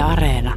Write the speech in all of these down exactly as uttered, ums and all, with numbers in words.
Areena.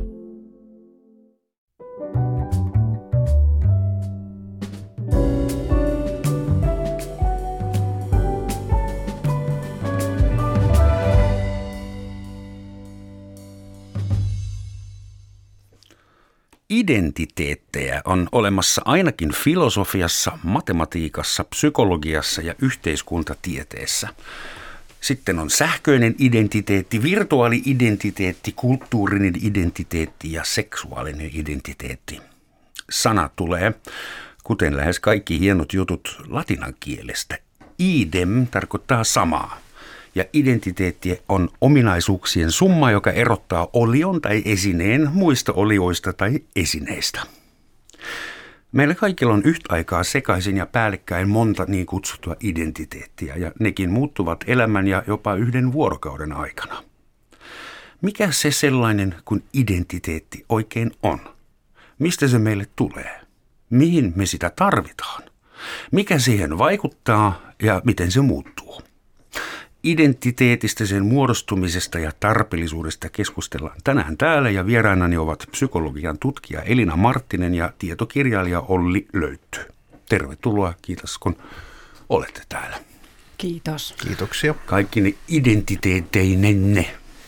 Identiteettejä on olemassa ainakin filosofiassa, matematiikassa, psykologiassa ja yhteiskuntatieteessä. Sitten on sähköinen identiteetti, virtuaali-identiteetti, kulttuurinen identiteetti ja seksuaalinen identiteetti. Sana tulee, kuten lähes kaikki hienot jutut, latinan kielestä. Idem tarkoittaa samaa. Ja identiteetti on ominaisuuksien summa, joka erottaa olion tai esineen muista olioista tai esineistä. Meillä kaikilla on yhtä aikaa sekaisin ja päällekkäin monta niin kutsuttua identiteettiä, ja nekin muuttuvat elämän ja jopa yhden vuorokauden aikana. Mikä se sellainen kuin identiteetti oikein on? Mistä se meille tulee? Mihin me sitä tarvitaan? Mikä siihen vaikuttaa ja miten se muuttuu? Identiteetistä, sen muodostumisesta ja tarpeellisuudesta keskustellaan tänään täällä, ja vieraanani ovat psykologian tutkija Elina Marttinen ja tietokirjailija Olli Löytty. Tervetuloa, kiitos kun olette täällä. Kiitos. Kiitoksia. Kaikki ne identiteetteinenne.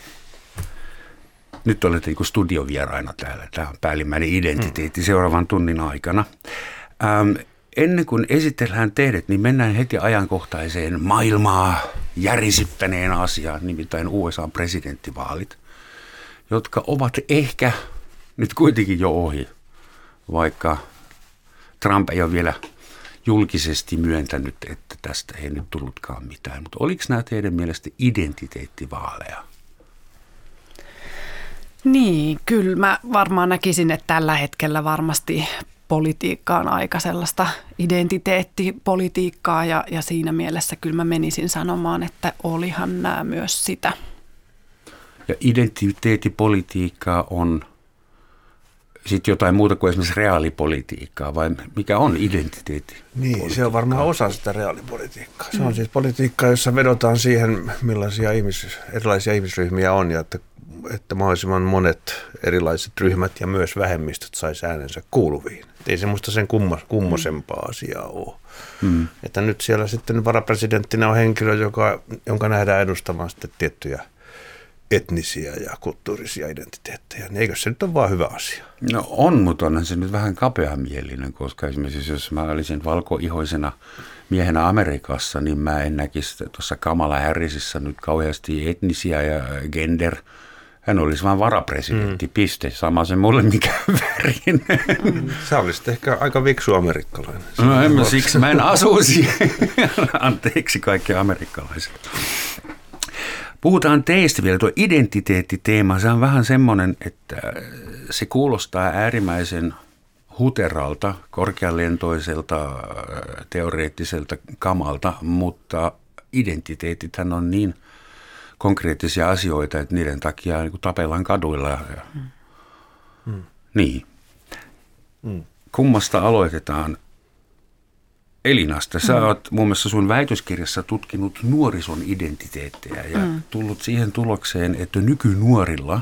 Nyt olette niin kuin studiovieraina täällä. Tämä on päällimmäinen identiteetti hmm. seuraavan tunnin aikana. Ähm, Ennen kuin esitellään teidät, niin mennään heti ajankohtaiseen maailmaa järisyttäneen asiaan, nimittäin U S A-presidenttivaalit, jotka ovat ehkä nyt kuitenkin jo ohi, vaikka Trump ei ole vielä julkisesti myöntänyt, että tästä ei nyt tullutkaan mitään. Mutta oliko nämä teidän mielestä identiteettivaaleja? Niin, kyllä mä varmaan näkisin, että tällä hetkellä varmasti politiikka on aika sellaista identiteettipolitiikkaa, ja, ja siinä mielessä kyllä mä menisin sanomaan, että olihan nämä myös sitä. Ja identiteettipolitiikkaa on sitten jotain muuta kuin esimerkiksi reaalipolitiikkaa, vai mikä on identiteetti? Niin, se on varmaan osa sitä reaalipolitiikkaa. Se on siis politiikkaa, jossa vedotaan siihen, millaisia ihmis, erilaisia ihmisryhmiä on, ja että, että mahdollisimman monet erilaiset ryhmät ja myös vähemmistöt saisi äänensä kuuluviin. Ei semmoista sen kummo, kummosempaa asiaa ole. Hmm. Että nyt siellä sitten varapresidenttinä on henkilö, joka, jonka nähdään edustamaan sitten tiettyjä etnisiä ja kulttuurisia identiteettejä. Eikö se nyt ole vaan hyvä asia? No on, mutta onhan se nyt vähän kapeamielinen, koska esimerkiksi jos mä olisin valkoihoisena miehenä Amerikassa, niin mä en näkisi tuossa Kamala Harrisissa nyt kauheasti etnisiä ja gender. Hän olisi vain varapresidentti, mm. piste. Sama se mulle mikä värin. Mm. Sä olisit ehkä aika viksu amerikkalainen. No en mä siksi, mä en asuisi. Anteeksi kaikki amerikkalaiset. Puhutaan teistä vielä. Tuo identiteettiteema, se on vähän semmoinen, että se kuulostaa äärimmäisen huteralta, korkealentoiselta, teoreettiselta kamalta, mutta identiteetithän on niin konkreettisia asioita, että niiden takia niin kuin tapellaan kaduilla. Mm. Mm. Niin. Mm. Kummasta aloitetaan? Elinasta, sä mm. oot muun muassa sun väitöskirjassa tutkinut nuorison identiteettejä ja mm. tullut siihen tulokseen, että nykynuorilla,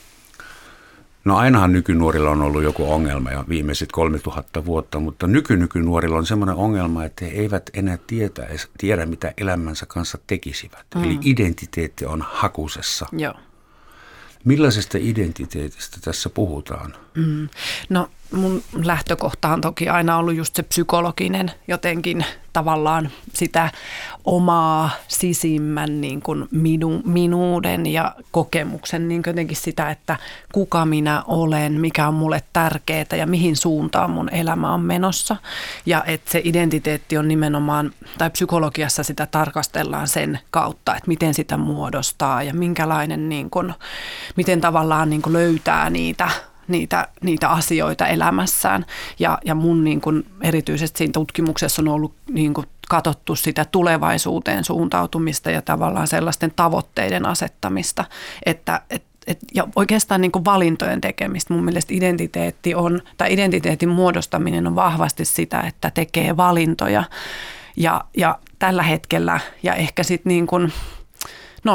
no ainahan nykynuorilla on ollut joku ongelma ja viimeiset kolmetuhatta vuotta, mutta nyky-nykynuorilla on semmoinen ongelma, että he eivät enää tietä, tiedä, mitä elämänsä kanssa tekisivät. Mm. Eli identiteetti on hakusessa. Joo. Millaisesta identiteetistä tässä puhutaan? Mm. No mun lähtökohta on toki aina ollut just se psykologinen, jotenkin tavallaan sitä omaa sisimmän niin kuin minu, minuuden ja kokemuksen, niin jotenkin sitä, että kuka minä olen, mikä on mulle tärkeää ja mihin suuntaan mun elämä on menossa. Ja että se identiteetti on nimenomaan, tai psykologiassa sitä tarkastellaan sen kautta, että miten sitä muodostaa ja minkälainen, niin kuin, miten tavallaan niin kuin löytää niitä Niitä, niitä asioita elämässään. Ja, ja mun niin kun erityisesti siinä tutkimuksessa on ollut niin kun katsottu sitä tulevaisuuteen suuntautumista ja tavallaan sellaisten tavoitteiden asettamista, että et, et, ja oikeastaan niin kun valintojen tekemistä. Mun mielestä identiteetti on, tai identiteetin muodostaminen on vahvasti sitä, että tekee valintoja. Ja, ja tällä hetkellä, ja ehkä sitten niin kun, no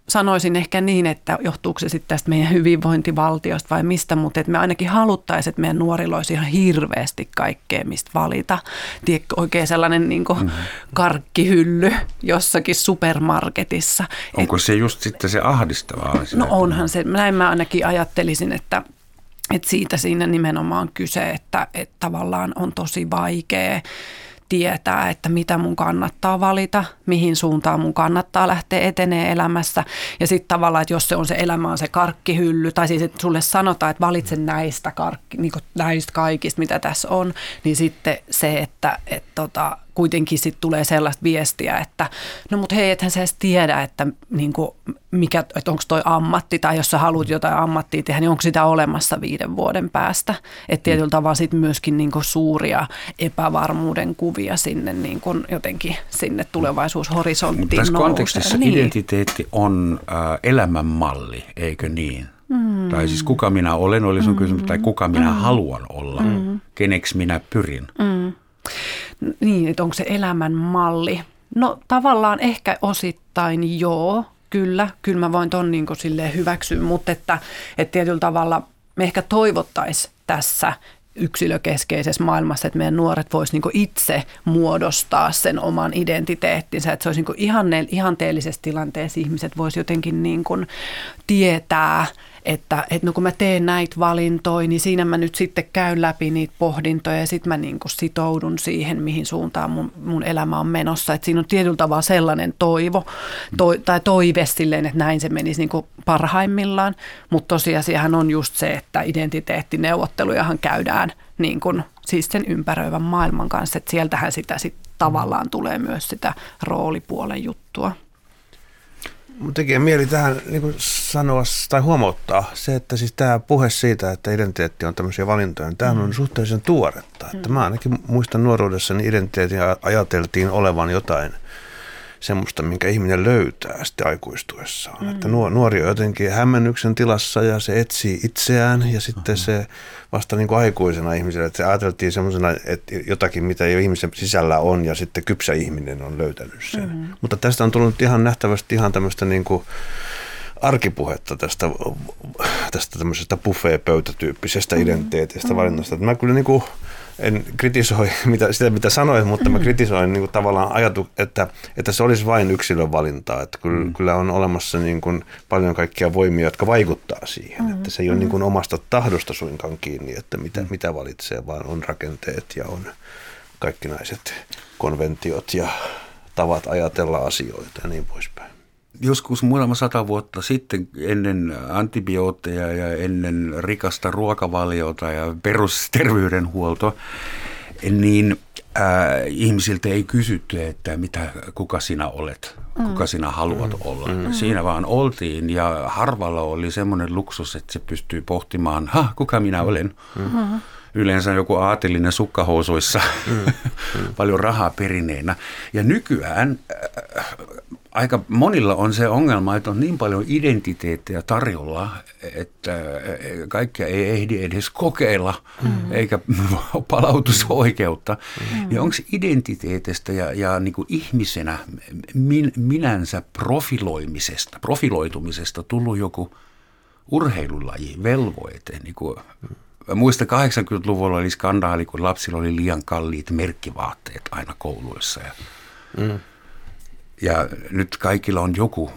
sanoisin ehkä niin, että johtuuko se sitten tästä meidän hyvinvointivaltiosta vai mistä, mutta että me ainakin haluttaisiin, että meidän nuorilla olisi ihan hirveästi kaikkea, mistä valita. Tiedätkö, oikein sellainen niin kuin mm-hmm. karkkihylly jossakin supermarketissa. Onko Et, se just sitten se ahdistavaa? No onhan se. Näin mä ainakin ajattelisin, että, että siitä siinä nimenomaan kyse, että, että tavallaan on tosi vaikea tietää, että mitä mun kannattaa valita, mihin suuntaan mun kannattaa lähteä etenee elämässä. Ja sitten tavallaan, että jos se on se elämä on se karkkihylly, tai siis että sulle sanotaan, että valitse näistä, karkki, niin kuin näistä kaikista, mitä tässä on, niin sitten se, että et tota, kuitenkin sitten tulee sellaista viestiä, että no mut hei, ethän sä edes tiedä, että, niin kuin, mikä, että onko toi ammatti, tai jos sä haluat jotain ammattia tehdä, niin onko sitä olemassa viiden vuoden päästä. Että tietyllä tavalla sitten myöskin niin kuin suuria epävarmuuden kuvia sinne niin kuin jotenkin sinne tulevaisuushorisonttiin tässä nousee. kontekstissa niin. Identiteetti on äh, elämänmalli, eikö niin? Mm. Tai siis kuka minä olen, oli sun mm. kysymys, tai kuka minä mm. haluan olla, mm. keneksi minä pyrin. Mm. Niin, että onko se elämänmalli? No tavallaan ehkä osittain joo, kyllä. Kyllä mä voin ton niin kuin silleen hyväksyä, mutta että, että tietyllä tavalla me ehkä toivottaisiin tässä yksilökeskeisessä maailmassa, että meidän nuoret vois niin kuin itse muodostaa sen oman identiteettinsä, että se olisi niin kuin ihanne, ihanteellisessa tilanteessa ihmiset vois jotenkin niin kuin tietää, että, että no kun mä teen näitä valintoja, niin siinä mä nyt sitten käyn läpi niitä pohdintoja ja sitten mä niin kuin sitoudun siihen, mihin suuntaan mun, mun elämä on menossa. Että siinä on tietyllä tavalla sellainen toivo to, tai toive silleen, että näin se menisi niin kuin parhaimmillaan, mutta tosiasiahan on just se, että identiteettineuvottelujahan käydään niin kuin, siis sen ympäröivän maailman kanssa, että sieltähän sitä sitten tavallaan tulee myös sitä roolipuolen juttua. Mun tekee mieli tähän niin kuin sanoa tai huomauttaa se, että siis tämä puhe siitä, että identiteetti on tämmöisiä valintoja, niin tämähän on suhteellisen tuoretta. Että mä ainakin muistan nuoruudessani identiteetin ajateltiin olevan jotain semmoista, minkä ihminen löytää sitten aikuistuessaan. Mm. Että nuori on jotenkin hämmennyksen tilassa ja se etsii itseään ja sitten uh-huh. se vasta niin kuin aikuisena ihmisellä, että se ajateltiin semmoisena, että jotakin, mitä jo ihmisen sisällä on ja sitten kypsä ihminen on löytänyt sen. Mm. Mutta tästä on tullut ihan nähtävästi ihan tämmöistä niin kuin arkipuhetta tästä, tästä tämmöisestä buffet-pöytätyyppisestä mm. identiteetistä mm. valinnasta. Että mä kyllä niin kuin en kritisoi mitä, sitä, mitä sanoit, mutta mä kritisoin niin kuin tavallaan ajatu, että, että se olisi vain yksilön valintaa. Että kyllä, mm. kyllä on olemassa niin kuin paljon kaikkia voimia, jotka vaikuttaa siihen. Mm. Että se ei ole niin kuin omasta tahdosta suinkaan kiinni, että mitä, mitä valitsee, vaan on rakenteet ja on kaikkinaiset konventiot ja tavat ajatella asioita ja niin poispäin. Joskus muutama sata vuotta sitten ennen antibiootteja ja ennen rikasta ruokavaliota ja perusterveydenhuolto, niin äh, ihmisiltä ei kysytty, että mitä, kuka sinä olet, kuka sinä haluat mm. olla. Mm. Siinä vaan oltiin ja harvalla oli semmoinen luksus, että se pystyy pohtimaan, ha, kuka minä olen. Mm. Yleensä joku aatelinen sukkahousuissa, mm. paljon rahaa perineenä. Ja nykyään äh, aika monilla on se ongelma, että on niin paljon identiteettejä tarjolla, että kaikkia ei ehdi edes kokeilla, mm-hmm. eikä palautusoikeutta. Mm-hmm. Ja onko identiteetistä ja, ja niin kuin ihmisenä min, minänsä profiloimisesta, profiloitumisesta tullut joku urheilulaji, velvoite? Niin kuin, muista kahdeksankymmentäluvulla oli skandaali, kun lapsilla oli liian kalliit merkkivaatteet aina kouluissa. Ja, mm. ja nyt kaikilla on joku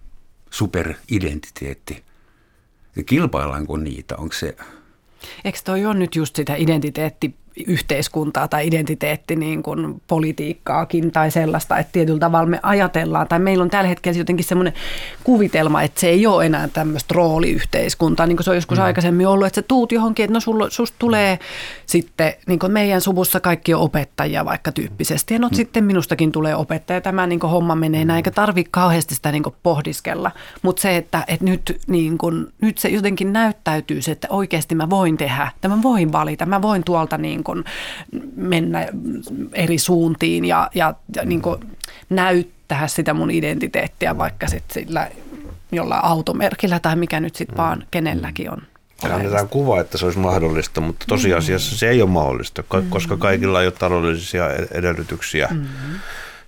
superidentiteetti. Ja kilpaillaanko niitä? Onko se... Eikö toi ole nyt just sitä identiteettiyhteiskuntaa tai identiteetti niin kuin politiikkaakin tai sellaista, että tietyllä tavalla me ajatellaan, tai meillä on tällä hetkellä jotenkin semmoinen kuvitelma, että se ei ole enää tämmöistä rooliyhteiskuntaa, niin kuin se on joskus mm. aikaisemmin ollut, että sä tuut johonkin, että no sulla, susta tulee sitten, niin kuin meidän suvussa kaikki on opettajia vaikka tyyppisesti, ja no mm. sitten minustakin tulee opettaja, tämä niin kuin homma menee näin, eikä tarvitse kauheasti sitä niin kuin pohdiskella, mutta se, että, että nyt, niin kuin, nyt se jotenkin näyttäytyy se, että oikeasti mä voin tehdä, että mä voin valita, mä voin tuolta niin kuin mennä eri suuntiin ja, ja, ja niin kuin näyttää sitä mun identiteettiä vaikka sitten sillä jollain automerkillä tai mikä nyt sitten vaan kenelläkin on. Ja annetaan kuva, että se olisi mahdollista, mutta tosiasiassa mm. se ei ole mahdollista, koska kaikilla ei ole taloudellisia edellytyksiä mm.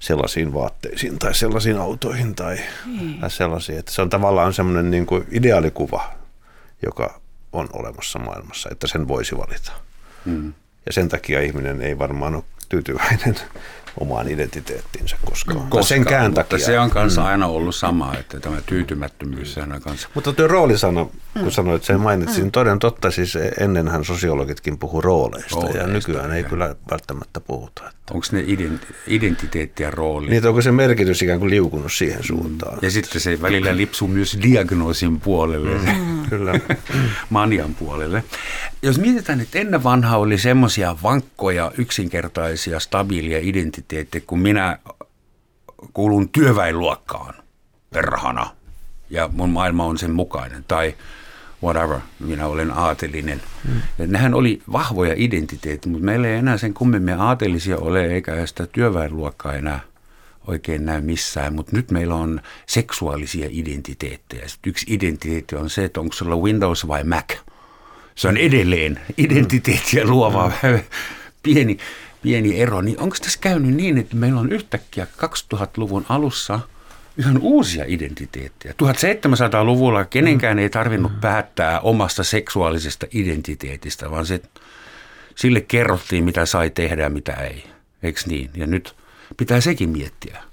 sellaisiin vaatteisiin tai sellaisiin autoihin tai, mm. tai sellaisiin. Että se on tavallaan semmoinen niin kuin ideaalikuva, joka on olemassa maailmassa, että sen voisi valita. Mm. Ja sen takia ihminen ei varmaan ole tyytyväinen omaan identiteettiinsä koskaan. Koskaan, sen kään takia. Se on kanssa mm. aina ollut sama, että tämä tyytymättömyys sehän on kanssa. Mutta tuo roolisana, kun mm. sanoit sen mainitsin, mm. toden totta, siis ennenhän sosiologitkin puhuu rooleista, rooleista ja nykyään ei kyllä välttämättä puhuta. Että. Onko ne ident- identiteetti ja rooli? Niin, onko se merkitys ikään kuin liukunut siihen suuntaan? Ja sitten se välillä lipsuu myös diagnoosin puolelle, mm. kyllä. manian puolelle. Jos mietitään, että ennen vanha oli semmoisia vankkoja, yksinkertaisia, stabiilia identiteettiä, kun minä kuulun työväenluokkaan perhana ja mun maailma on sen mukainen, tai whatever, minä olen aatelinen. Mm. Ja nehän oli vahvoja identiteettiä, mutta meillä ei enää sen kummemmin aatelisia ole, eikä sitä työväenluokkaa enää oikein näy missään, mutta nyt meillä on seksuaalisia identiteettejä. Sitten yksi identiteetti on se, että onko sulla Windows vai Mac. Se on edelleen identiteettiä luova mm. pieni, pieni ero. Niin onko tässä käynyt niin, että meillä on yhtäkkiä kaksituhattaluvun alussa ihan uusia identiteettejä? tuhatseitsemänsataaluvulla kenenkään ei tarvinnut päättää omasta seksuaalisesta identiteetistä, vaan se, sille kerrottiin, mitä sai tehdä ja mitä ei. Eikö niin? Ja nyt pitää sekin miettiä.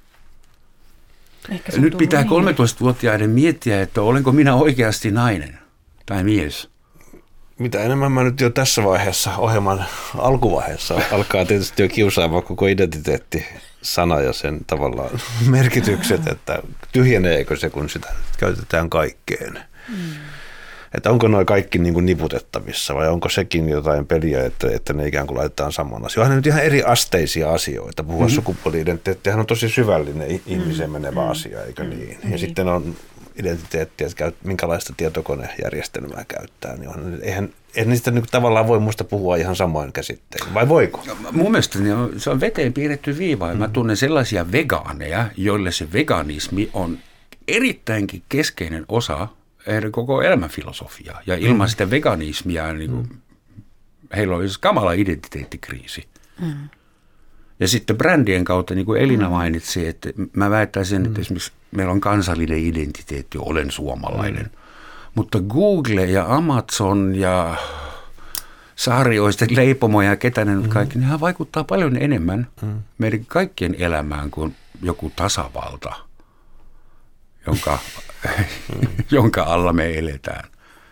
Nyt pitää kolmetoistavuotiaiden miettiä, että olenko minä oikeasti nainen tai mies. Mitä enemmän mä nyt jo tässä vaiheessa, ohjelman alkuvaiheessa, alkaa tietysti jo kiusaamaan koko identiteetti-sana ja sen tavallaan merkitykset, että tyhjeneekö se, kun sitä käytetään kaikkeen. Mm. Että onko nuo kaikki niin kuin niputettavissa vai onko sekin jotain peliä, että, että ne ikään kuin laitetaan saman asiaan. Onhan ne nyt ihan eri asteisia asioita. Puhua mm-hmm. sukupuoli-identiteettihän on tosi syvällinen ihmiseen menevä mm-hmm. asia, eikö niin? Mm-hmm. Ja sitten on identiteettiä, että minkälaista tietokonejärjestelmää käyttää. Niin on, eihän, eihän niistä niin tavallaan voi muista puhua ihan samoin käsittein, vai voiko? Mun mielestä se on veteen piirretty viiva. Mm-hmm. Mä tunnen sellaisia vegaaneja, joille se veganismi on erittäinkin keskeinen osa koko elämänfilosofia. Ja ilman mm. sitä veganismia niin kuin, mm. heillä on kamala identiteettikriisi. Mm. Ja sitten brändien kautta, niin kuin Elina mainitsi, että mä väittäisin, että mm. esimerkiksi meillä on kansallinen identiteetti, olen suomalainen. Mm. Mutta Google ja Amazon ja Saarioisten leipomo ja ketä ne mm. kaikki, nehän vaikuttaa paljon enemmän mm. meidän kaikkien elämään kuin joku tasavalta, jonka... jonka alla me eletään.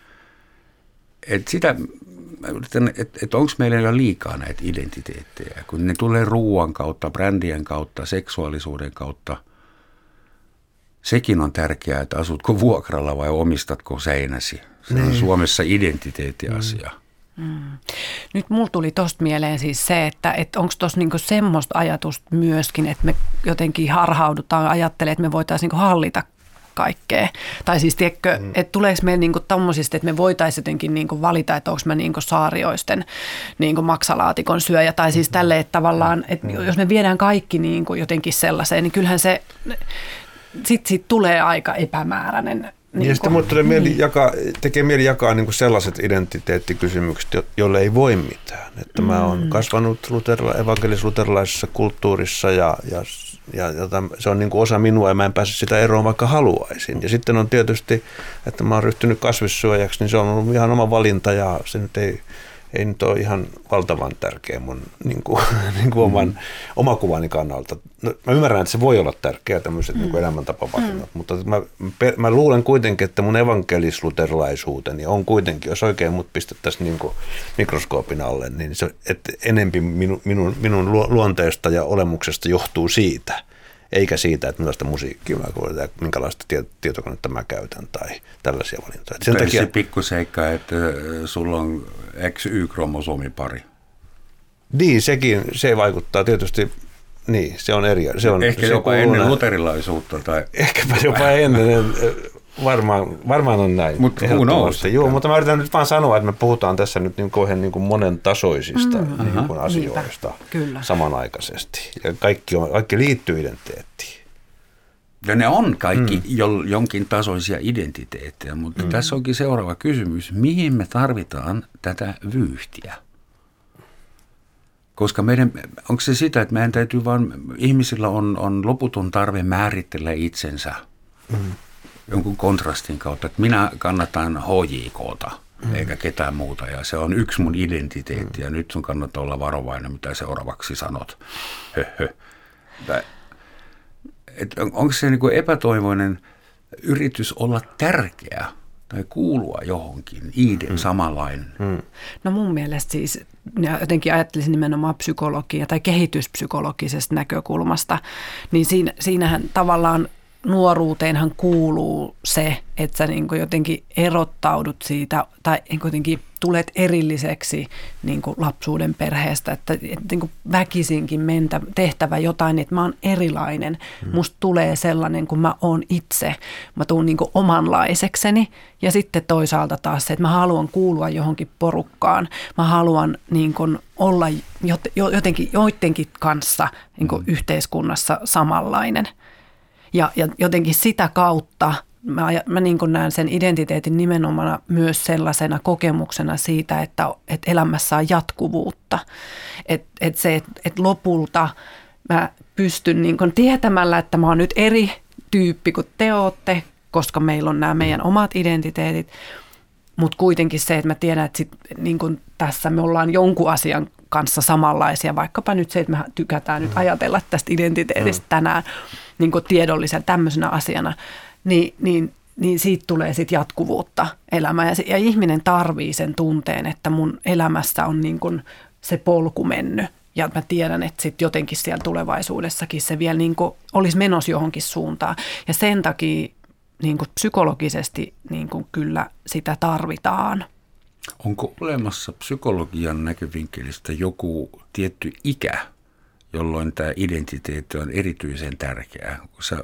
Et sitä, että et onko meillä jo liikaa näitä identiteettejä, kun ne tulee ruoan kautta, brändien kautta, seksuaalisuuden kautta. Sekin on tärkeää, että asutko vuokralla vai omistatko seinäsi. Se on niin. Suomessa identiteettiasia. Mm. Mm. Nyt mulla tuli tosta mieleen siis se, että et onko tuossa niinku semmoista ajatusta myöskin, että me jotenkin harhaudutaan, ajattelee, että me voitaisiin niinku hallita kaikkea. Tai siis tiedätkö, mm. että tuleeko meillä niinku tommosista, että me voitaisiin jotenkin niinku valita, että onko mä niinku Saarioisten niinku maksalaatikon syöjä. Tai siis tälleen, että tavallaan, että mm. jos me viedään kaikki niinku jotenkin sellaiseen, niin kyllähän se, sitten sit tulee aika epämääräinen. Niin ja sitten minulle tulee mieli jakaa, tekee mieli jakaa niin kuin sellaiset identiteettikysymykset, joille ei voi mitään. Että mm. mä oon kasvanut luterla, evankelis-luterilaisessa kulttuurissa ja, ja, ja, ja se on niin kuin osa minua ja mä en pääse sitä eroon, vaikka haluaisin. Ja sitten on tietysti, että mä oon ryhtynyt kasvissyöjäksi, niin se on ollut ihan oma valinta ja se nyt ei, ei nyt ole ihan valtavan tärkeä mun niin kuin, niin kuin oman, mm. omakuvani kannalta. No, mä ymmärrän, että se voi olla tärkeä tämmöiset mm. niin kuin elämäntapavalinnat, mm. mutta mä, mä luulen kuitenkin, että mun evankelis-luterilaisuuteni on kuitenkin, jos oikein mut pistettäisiin niin kuin mikroskoopin alle, niin se, että enempi minu, minun, minun luonteesta ja olemuksesta johtuu siitä, eikä siitä, että millaista musiikkia mä kuulen, minkälaista tietokonetta mä käytän tai tällaisia valintoja. Sen takia se pikkuseikka, että sulla on X Y-kromosomipari. Niin, sekin, se vaikuttaa tietysti, niin, se on eri. Se on, ehkä se jopa ennen luterilaisuutta. Tai... Ehkäpä jopa ennen, varmaan, varmaan on näin. Mutta who knows? Joo, mutta mä yritän nyt vaan sanoa, että me puhutaan tässä nyt niin kauhean niin kuin monen tasoisista mm, niin kuin asioista niinpä, samanaikaisesti. Ja kaikki, on, kaikki liittyy identiteettiin. Ja ne on kaikki mm. jo, jonkin tasoisia identiteettejä, mutta mm. tässä onkin seuraava kysymys. Mihin me tarvitaan tätä vyyhtiä? Koska meidän, onko se sitä, että meidän täytyy vaan, ihmisillä on, on loputon tarve määritellä itsensä mm. jonkun kontrastin kautta, että minä kannatan H J K:ta mm. eikä ketään muuta ja se on yksi mun identiteetti mm. ja nyt sun kannattaa olla varovainen, mitä seuraavaksi sanot. Höhö. Et onko se niin kuin epätoivoinen yritys olla tärkeä tai kuulua johonkin, iiden mm. samanlainen? Mm. No mun mielestä siis, ja jotenkin ajattelisin nimenomaan psykologia tai kehityspsykologisesta näkökulmasta, niin siinä, siinähän tavallaan nuoruuteenhan kuuluu se, että sä niin kuin jotenkin erottaudut siitä tai jotenkin tulet erilliseksi niin kuin lapsuuden perheestä, että, että niin kuin väkisinkin mentä, tehtävä jotain, että mä oon erilainen. Hmm. Musta tulee sellainen, kun mä oon itse. Mä tuun niin kuin omanlaisekseni ja sitten toisaalta taas se, että mä haluan kuulua johonkin porukkaan. Mä haluan niin kuin olla jotenkin joidenkin kanssa niin kuin hmm. yhteiskunnassa samanlainen. Ja, ja jotenkin sitä kautta mä, mä niin kuin näen sen identiteetin nimenomaan myös sellaisena kokemuksena siitä, että, että elämässä on jatkuvuutta. Että et se, että et lopulta mä pystyn niin kuin tietämällä, että mä oon nyt eri tyyppi kuin te ootte, koska meillä on nämä meidän omat identiteetit. Mutta kuitenkin se, että mä tiedän, että sit, niin kuin tässä me ollaan jonkun asian kanssa samanlaisia, vaikkapa nyt se, että me tykätään nyt ajatella tästä identiteetistä tänään niin kuin tiedollisen tämmöisenä asiana, niin, niin, niin siitä tulee sitten jatkuvuutta elämään. Ja, se, ja ihminen tarvii sen tunteen, että mun elämässä on niin kuin se polku mennyt. Ja mä tiedän, että sitten jotenkin siellä tulevaisuudessakin se vielä niin kuin olisi menossa johonkin suuntaan. Ja sen takia niin kuin psykologisesti niin kuin kyllä sitä tarvitaan. Onko olemassa psykologian näkövinkkelistä joku tietty ikä, jolloin tämä identiteetti on erityisen tärkeää? Kun sä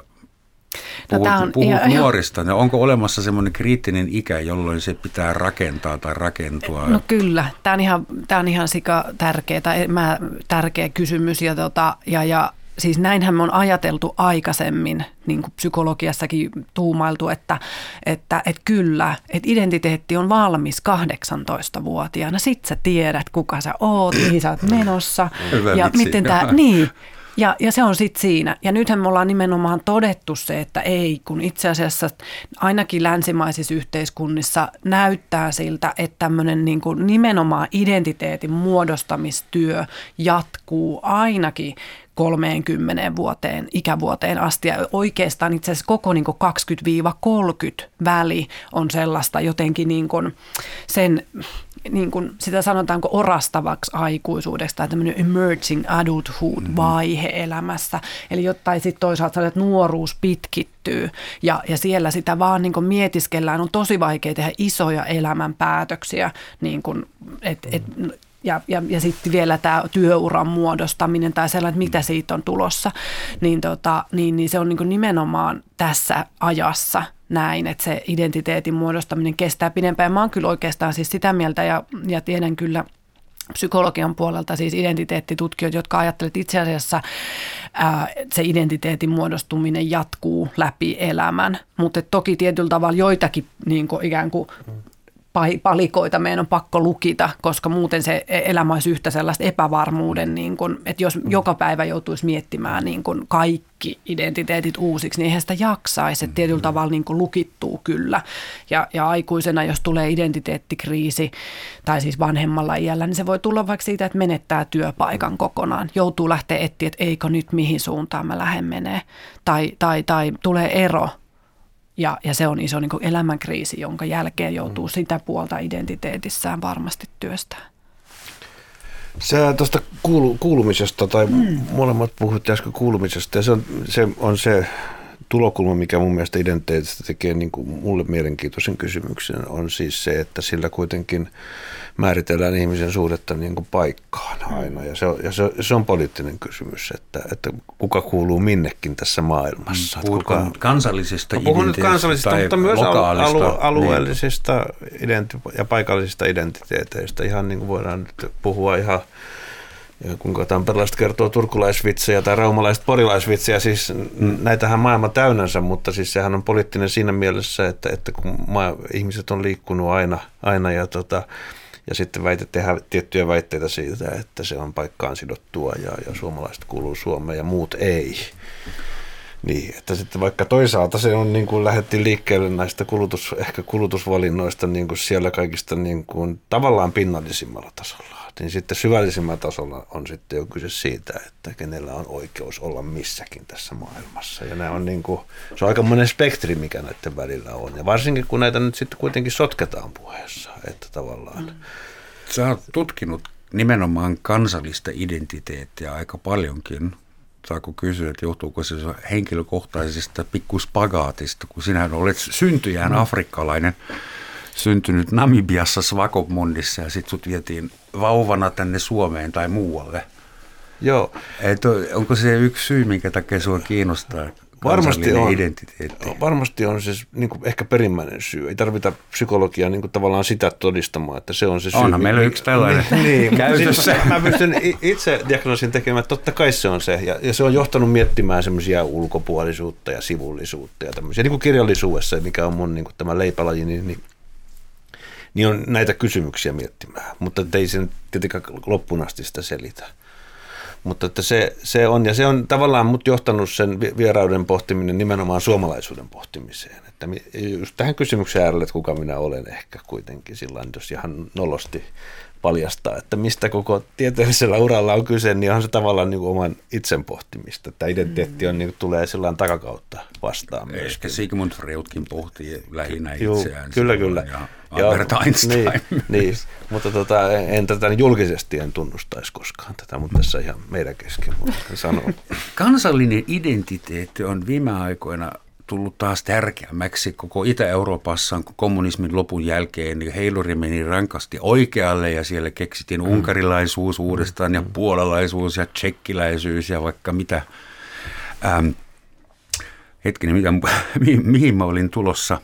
puhut, no, on, puhut ja, nuorista, niin onko olemassa semmoinen kriittinen ikä, jolloin se pitää rakentaa tai rakentua? No kyllä, tämä on ihan, tämä on ihan sika tärkeä, tai mä, tärkeä kysymys. Ja, tota, ja, ja siis näinhän me on ajateltu aikaisemmin, niin kuin psykologiassakin tuumailtu, että, että, että kyllä, että identiteetti on valmis kahdeksantoistavuotiaana. Sitten sä tiedät, kuka sä oot, mihin sä oot menossa. Hyvä ja vitsi. miten tää, niin, ja, ja se on sitten siinä. Ja nythän me ollaan nimenomaan todettu se, että ei, kun itse asiassa ainakin länsimaisissa yhteiskunnissa näyttää siltä, että tämmöinen niin kuin nimenomaan identiteetin muodostamistyö jatkuu ainakin kolmeenkymmeneen vuoteen, ikävuoteen asti. Ja oikeastaan itse asiassa koko niin kuin kaksikymmentä kolmekymmentä väli on sellaista jotenkin niin kuin sen, niin kuin sitä sanotaanko orastavaksi aikuisuudeksi tai tämmöinen emerging adulthood-vaihe mm-hmm. elämässä. Eli jotain sitten toisaalta että nuoruus pitkittyy ja, ja siellä sitä vaan niin kuin mietiskellään. On tosi vaikea tehdä isoja elämänpäätöksiä, niin kuin, et, et, Ja, ja, ja sitten vielä tämä työuran muodostaminen tai sellainen, mitä siitä on tulossa, niin, tota, niin, niin se on niin nimenomaan tässä ajassa näin, että se identiteetin muodostaminen kestää pidempään. Mä oon kyllä oikeastaan siis sitä mieltä ja, ja tiedän kyllä psykologian puolelta siis identiteettitutkijoita, jotka ajattelevat, että itse asiassa ää, se identiteetin muodostuminen jatkuu läpi elämän, mutta toki tietyllä tavalla joitakin niin kuin ikään kuin palikoita meidän on pakko lukita, koska muuten se elämä olisi yhtä sellaista epävarmuuden, niin kuin, että jos joka päivä joutuisi miettimään niin kuin kaikki identiteetit uusiksi, niin eihän sitä jaksaisi, että tietyllä tavalla niin kuin lukittuu kyllä. Ja, ja aikuisena, jos tulee identiteettikriisi tai siis vanhemmalla iällä, niin se voi tulla vaikka siitä, että menettää työpaikan kokonaan. Joutuu lähteä etsiä, että eikö nyt mihin suuntaan mä lähden menee. Tai, tai, tai tulee ero. Ja, ja se on iso niin kuin elämänkriisi, jonka jälkeen joutuu sitä puolta identiteetissään varmasti työstämään. Sä tuosta kuulu, kuulumisesta, tai mm. molemmat puhuitte äsken kuulumisesta, ja se on se, on se tulokulma, mikä mun mielestä identiteetistä tekee niin kuin mulle mielenkiintoisen kysymyksen, on siis se, että sillä kuitenkin määritellään ihmisen suhdetta niin kuin paikkaan aina. Ja se on, ja se, se on poliittinen kysymys, että, että kuka kuuluu minnekin tässä maailmassa. Puhutko kuka, kansallisesta identiteetistä? Puhun nyt kansallisista, tai mutta myös lokaalista, alu, alueellisista identi- ja paikallisista identiteeteistä. Ihan niin kuin voidaan nyt puhua ihan ja kuinka tamperelaiset kertoo turkulaisvitsejä tai raumalaiset porilaisvitsejä, siis mm. näitähän maailma täynnänsä, mutta siis sehän on poliittinen siinä mielessä, että, että kun maa, ihmiset on liikkunut aina, aina ja, tota, ja sitten väite, tehdään tiettyjä väitteitä siitä, että se on paikkaan sidottua ja, ja suomalaiset kuuluu Suomeen ja muut ei. Niin, että sitten vaikka toisaalta se on niin kuin lähdettiin liikkeelle näistä kulutus, ehkä kulutusvalinnoista niin kuin siellä kaikista niin kuin tavallaan pinnallisimmalla tasolla, niin sitten syvällisimmällä tasolla on sitten jo kyse siitä, että kenellä on oikeus olla missäkin tässä maailmassa. Ja nämä on niin kuin, se on aika monen spektri, mikä näiden välillä on. Ja varsinkin kun näitä nyt sitten kuitenkin sotketaan puheessa, että tavallaan. Mm. Sä oot tutkinut nimenomaan kansallista identiteettiä aika paljonkin. Saako kysyä, että johtuuko se henkilökohtaisesta pikkuspagaatista, kun sinähän olet syntyjään mm. afrikkalainen, syntynyt Namibiassa Swakopmundissa ja sitten sut vietiin vauvana tänne Suomeen tai muualle. Joo. Et onko se yksi syy, minkä takia sinua kiinnostaa varmasti on identiteetti? Varmasti on se niin kuin ehkä perimmäinen syy. Ei tarvita psykologiaa niin kuin tavallaan sitä todistamaan, että se on se syy. Onhan meillä mi- yksi tällainen niin, käytössä. Mä pystyn itse diagnoosin tekemään, että totta kai se on se. Ja, ja se on johtanut miettimään semmoisia ulkopuolisuutta ja sivullisuutta ja tämmöisiä. Niin kuin kirjallisuudessa, mikä on mun niin kuin tämä leipälaji, niin, niin, niin on näitä kysymyksiä miettimään. Mutta ei sen tietenkään loppuun asti sitä selitä. Mutta että se, se on, ja se on tavallaan mut johtanut sen vierauden pohtiminen nimenomaan suomalaisuuden pohtimiseen. Että just tähän kysymykseen äärelle, että kuka minä olen ehkä kuitenkin sillä jos ihan nolosti paljastaa, että mistä koko tieteellisellä uralla on kyse, niin on se tavallaan niin kuin oman itsen pohtimista. Tämä identiteetti on, niin kuin, tulee sillä takakautta vastaan myöskin. Ehkä Sigmund Freudkin pohtii lähinnä Juu, itseään. kyllä, kyllä. Ja Albert ja, Einstein. Niin, niin, mutta tota, en tätä julkisesti en tunnustaisi koskaan tätä, mutta tässä ihan meidän kesken sanoa. Kansallinen identiteetti on viime aikoina tullut taas tärkeämmäksi koko Itä-Euroopassa, kun kommunismin lopun jälkeen niin heiluri meni rankasti oikealle ja siellä keksittiin mm. unkarilaisuus uudestaan ja mm. puolalaisuus ja tsekkiläisyys ja vaikka mitä. Ähm, hetkinen, mitä, mi, mihin mä olin tulossa?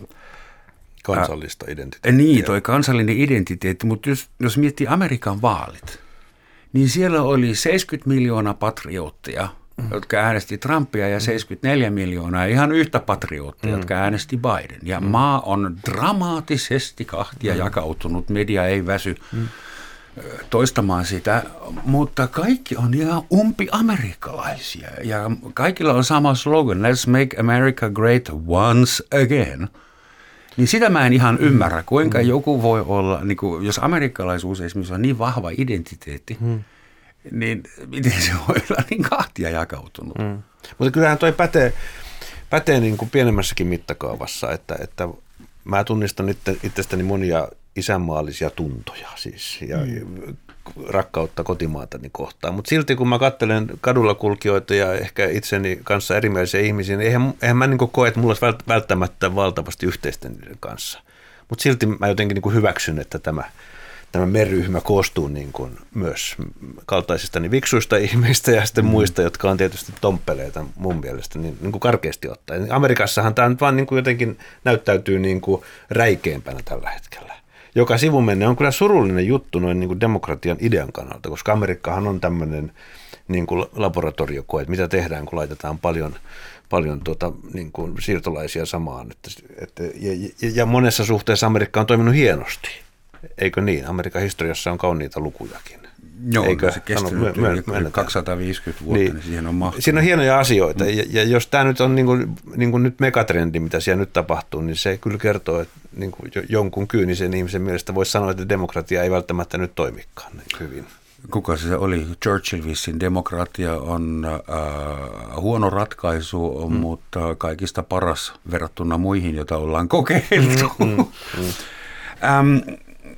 Kansallista identiteettiä. Niin, toi kansallinen identiteetti, mutta jos, jos miettii Amerikan vaalit, niin siellä oli seitsemänkymmentä miljoonaa patrioottia, mm. jotka äänesti Trumpia ja seitsemänkymmentäneljä miljoonaa ihan yhtä patrioottia, mm. jotka äänesti Biden. Ja mm. maa on dramaattisesti kahtia mm. jakautunut, media ei väsy mm. toistamaan sitä, mutta kaikki on ihan umpi-amerikkalaisia ja kaikilla on sama slogan, let's make America great once again. Niin sitä mä en ihan ymmärrä, kuinka mm. joku voi olla, niin kuin, jos amerikkalaisuus esimerkiksi on niin vahva identiteetti, mm. niin miten se voi olla niin kahtia jakautunut. Mm. Mutta kyllähän toi pätee, pätee niin kuin pienemmässäkin mittakaavassa, että, että mä tunnistan itsestäni monia isänmaallisia tuntoja siis, ja mm. rakkautta kotimaatani kohtaan. Mutta silti kun mä katselen kadulla kulkijoita ja ehkä itseni kanssa erimielisiä ihmisiä, niin eihän, eihän mä niin koe, että mulla olisi välttämättä valtavasti yhteistä niiden kanssa. Mutta silti mä jotenkin niin hyväksyn, että tämä, tämä meryhmä koostuu niin kuin myös kaltaisistani viksuista ihmistä ja sitten mm. muista, jotka on tietysti tomppeleita mun mielestä niin, niin kuin karkeasti ottaen. Amerikassahan tämä nyt vaan niin kuin jotenkin näyttäytyy niin kuin räikeämpänä tällä hetkellä. Joka sivumenne on kyllä surullinen juttu noin niin kuin demokratian idean kannalta, koska Amerikkahan on tämmöinen niin kuin laboratoriokoe, että mitä tehdään, kun laitetaan paljon, paljon tuota, niin kuin siirtolaisia samaan. Että, että, ja, ja monessa suhteessa Amerikka on toiminut hienosti, eikö niin? Amerikan historiassa on kauniita lukujakin. Joo, eikö? se kestänyt myö, kaksisataaviisikymmentä vuotta, niin, niin siihen on mahtunut. Siinä on hienoja asioita, ja, ja jos tämä nyt on niin kuin, niin kuin nyt megatrendi, mitä siellä nyt tapahtuu, niin se kyllä kertoo, että niin kuin jonkun kyynisen ihmisen mielestä voisi sanoa, että demokratia ei välttämättä nyt toimikaan hyvin. Kuka se oli? Churchill vissin demokratia on äh, huono ratkaisu, mm. mutta kaikista paras verrattuna muihin, joita ollaan kokeiltu. Mm, mm, mm. ähm,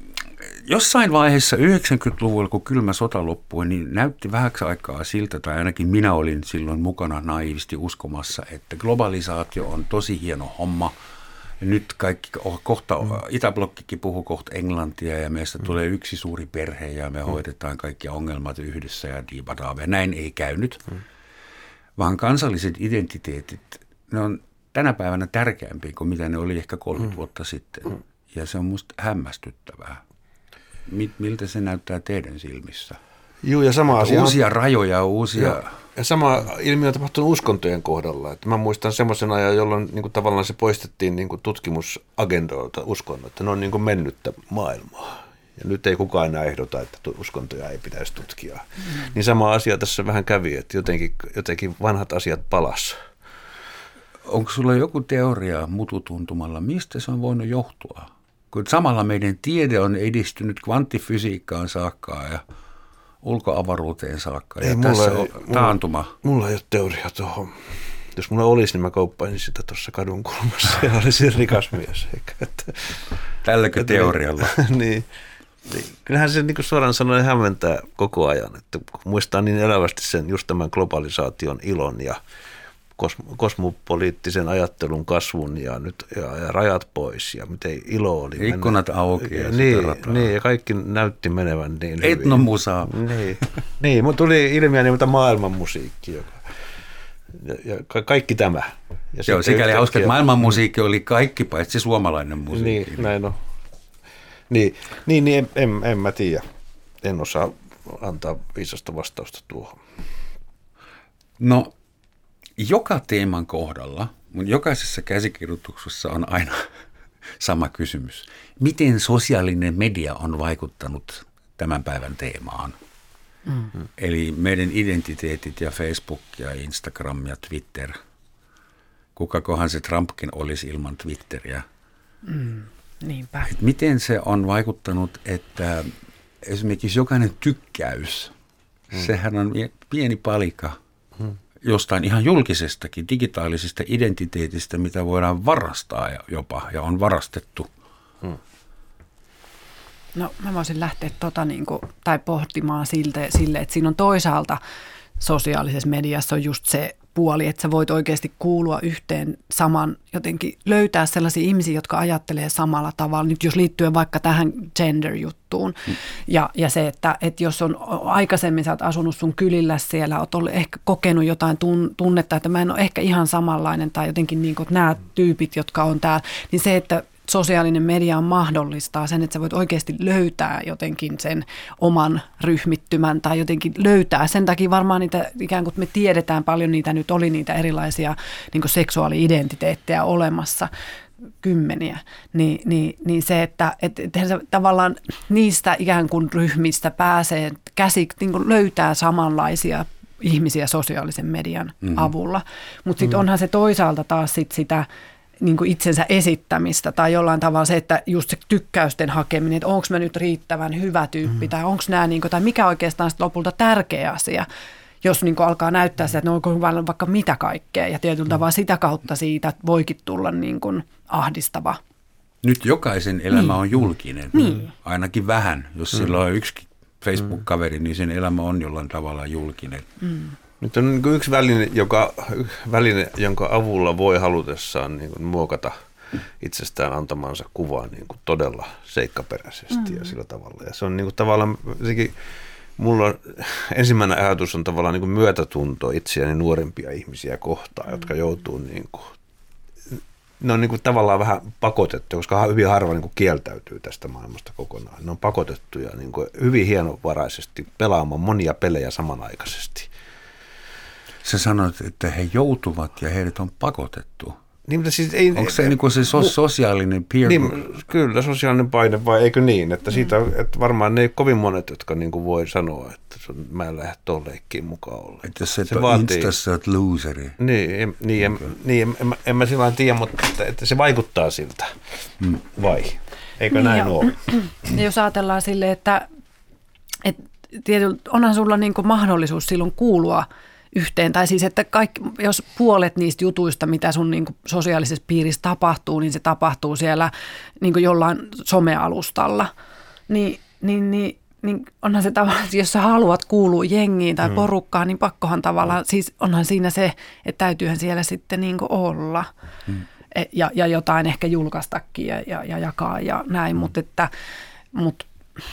Jossain vaiheessa yhdeksänkymmentäluvulla, kun kylmä sota loppui, niin näytti vähäksi aikaa siltä, tai ainakin minä olin silloin mukana naivisti uskomassa, että globalisaatio on tosi hieno homma. Nyt kaikki, kohta Itäblokkikin puhuu kohta englantia ja meistä tulee yksi suuri perhe ja me hoidetaan kaikki ongelmat yhdessä ja diibadaave. Näin ei käynyt, vaan kansalliset identiteetit, ne on tänä päivänä tärkeämpiä kuin mitä ne oli ehkä kolmekymmentä vuotta sitten. Ja se on musta hämmästyttävää. Miltä se näyttää teidän silmissä? Joo, ja sama asia uusia on, rajoja, uusia... Ja, ja sama ilmiö on tapahtunut uskontojen kohdalla. Että mä muistan semmoisen ajan, jolloin niin kuin tavallaan se poistettiin niin kuin tutkimusagendoilta uskonnot, että ne on niin kuin mennyttä maailmaa. Ja nyt ei kukaan enää ehdota, että uskontoja ei pitäisi tutkia. Mm. Niin sama asia tässä vähän kävi, että jotenkin, jotenkin vanhat asiat palas. Onko sulla joku teoria mututuntumalla, mistä se on voinut johtua? Kun samalla meidän tiede on edistynyt kvanttifysiikkaan saakka ja ulkoavaruuteen saakka. Ja ei, tässä mulla, on taantuma. Mulla, mulla ei ole teoria tuohon. Jos mulla olisi, niin mä kauppaisin sitä tuossa kadun kulmassa ja olisin rikas mies. Eikä, Tälläkö teorialla? niin. Kyllähän se niin kuin suoraan sanoen hämmentää koko ajan, että muistaa niin elävästi sen just tämän globalisaation ilon ja kosmopoliittisen ajattelun kasvun ja, nyt, ja, ja rajat pois ja miten ilo oli. Ikkunat auki ja, ja niin, niin, ja kaikki näytti menevän niin hyvin. Etnomusa. Niin, niin mutta tuli ilmiö nimeltä maailmanmusiikki, joka, ja, ja kaikki tämä. Ja joo, sikäli hauska, että maailmanmusiikki oli kaikki paitsi suomalainen musiikki. Niin, näin on. Niin, niin, niin en, en, en mä tiedä. En osaa antaa viisasta vastausta tuohon. No, joka teeman kohdalla, mutta jokaisessa käsikirjoituksessa on aina sama kysymys. Miten sosiaalinen media on vaikuttanut tämän päivän teemaan? Mm-hmm. Eli meidän identiteetit ja Facebook ja Instagram ja Twitter. Kukakohan se Trumpkin olisi ilman Twitteriä? Mm. Niinpä. Et miten se on vaikuttanut, että esimerkiksi jokainen tykkäys, hmm. sehän on pieni palika hmm. jostain ihan julkisestakin, digitaalisesta identiteetistä, mitä voidaan varastaa jopa ja on varastettu. Hmm. No mä voisin lähteä tota niin kuin, tai pohtimaan siltä, sille, että siinä on toisaalta sosiaalisessa mediassa on just se puoli, että sä voit oikeasti kuulua yhteen saman, jotenkin löytää sellaisia ihmisiä, jotka ajattelee samalla tavalla, nyt jos liittyen vaikka tähän gender-juttuun. Mm. Ja, ja se, että, että jos on aikaisemmin sä oot asunut sun kylillä siellä, oot ollut ehkä kokenut jotain tun, tunnetta, että mä en ole ehkä ihan samanlainen tai jotenkin niin kuin nämä tyypit, jotka on täällä, niin se, että sosiaalinen media mahdollistaa sen, että sä voit oikeasti löytää jotenkin sen oman ryhmittymän tai jotenkin löytää. Sen takia varmaan niitä, ikään kuin me tiedetään paljon niitä, nyt oli niitä erilaisia niin kuin seksuaali-identiteettejä olemassa, kymmeniä, niin, niin, niin se, että et, et se tavallaan niistä ikään kuin ryhmistä pääsee käsi, niin kuin löytää samanlaisia ihmisiä sosiaalisen median mm-hmm. avulla. Mutta sitten mm-hmm. onhan se toisaalta taas sit sitä niin kuin itsensä esittämistä tai jollain tavalla se, että just se tykkäysten hakeminen, että onko mä nyt riittävän hyvä tyyppi mm. tai onko nämä, niin kuin, tai mikä oikeastaan sitten lopulta tärkeä asia, jos niin kuin alkaa näyttää sitä, että ne on vaikka mitä kaikkea ja tietyllä mm. tavalla sitä kautta siitä voikin tulla niin kuin ahdistava. Nyt jokaisen elämä niin. on julkinen, niin. ainakin vähän. Jos mm. sillä on yksi Facebook-kaveri, niin sen elämä on jollain tavalla julkinen. Mm. Nyt on niin kuin yksi väline, joka, väline, jonka avulla voi halutessaan niin kuin muokata itsestään antamansa kuvaa niin kuin todella seikkaperäisesti mm-hmm. ja sillä tavalla. Ja se on niin kuin tavallaan, mulla on, ensimmäinen ajatus on tavallaan niin kuin myötätunto itseäni nuorempia ihmisiä kohtaan, mm-hmm. jotka joutuu, niin kuin, ne on niin kuin tavallaan vähän pakotettu, koska hyvin harva niin kuin kieltäytyy tästä maailmasta kokonaan. Ne on pakotettuja niin kuin hyvin hienovaraisesti pelaamaan monia pelejä samanaikaisesti. Sä sanoit, että he joutuvat ja heidät on pakotettu. Niin, siis ei, onko se, ei, niin kuin se so, sosiaalinen peer niin, kyllä, sosiaalinen paine, vai eikö niin? Että, siitä, mm. että varmaan ne ei kovin monet, jotka niin kuin voi sanoa, että sun, mä en lähde tuon leikkiin mukaan ollenkaan. Että jos et ole instassa, olet loseri. Niin, en, niin, okay. en, niin en, en, en mä sillä tiedä, mutta että, että se vaikuttaa siltä. Mm. Vai? Eikö niin, näin ole? Jos ajatellaan silleen, että, että tietyllä, onhan sulla niin kuin mahdollisuus silloin kuulua yhteen, tai siis, että kaikki, jos puolet niistä jutuista, mitä sun niin kuin sosiaalisessa piirissä tapahtuu, niin se tapahtuu siellä niin kuin jollain somealustalla, niin, niin, niin, niin onhan se tavallaan, jos sä haluat kuulua jengiin tai porukkaan, niin pakkohan tavallaan, siis onhan siinä se, että täytyyhän siellä sitten niin kuin olla mm. ja, ja jotain ehkä julkaistakin ja, ja, ja jakaa ja näin, mm. mutta että, mutta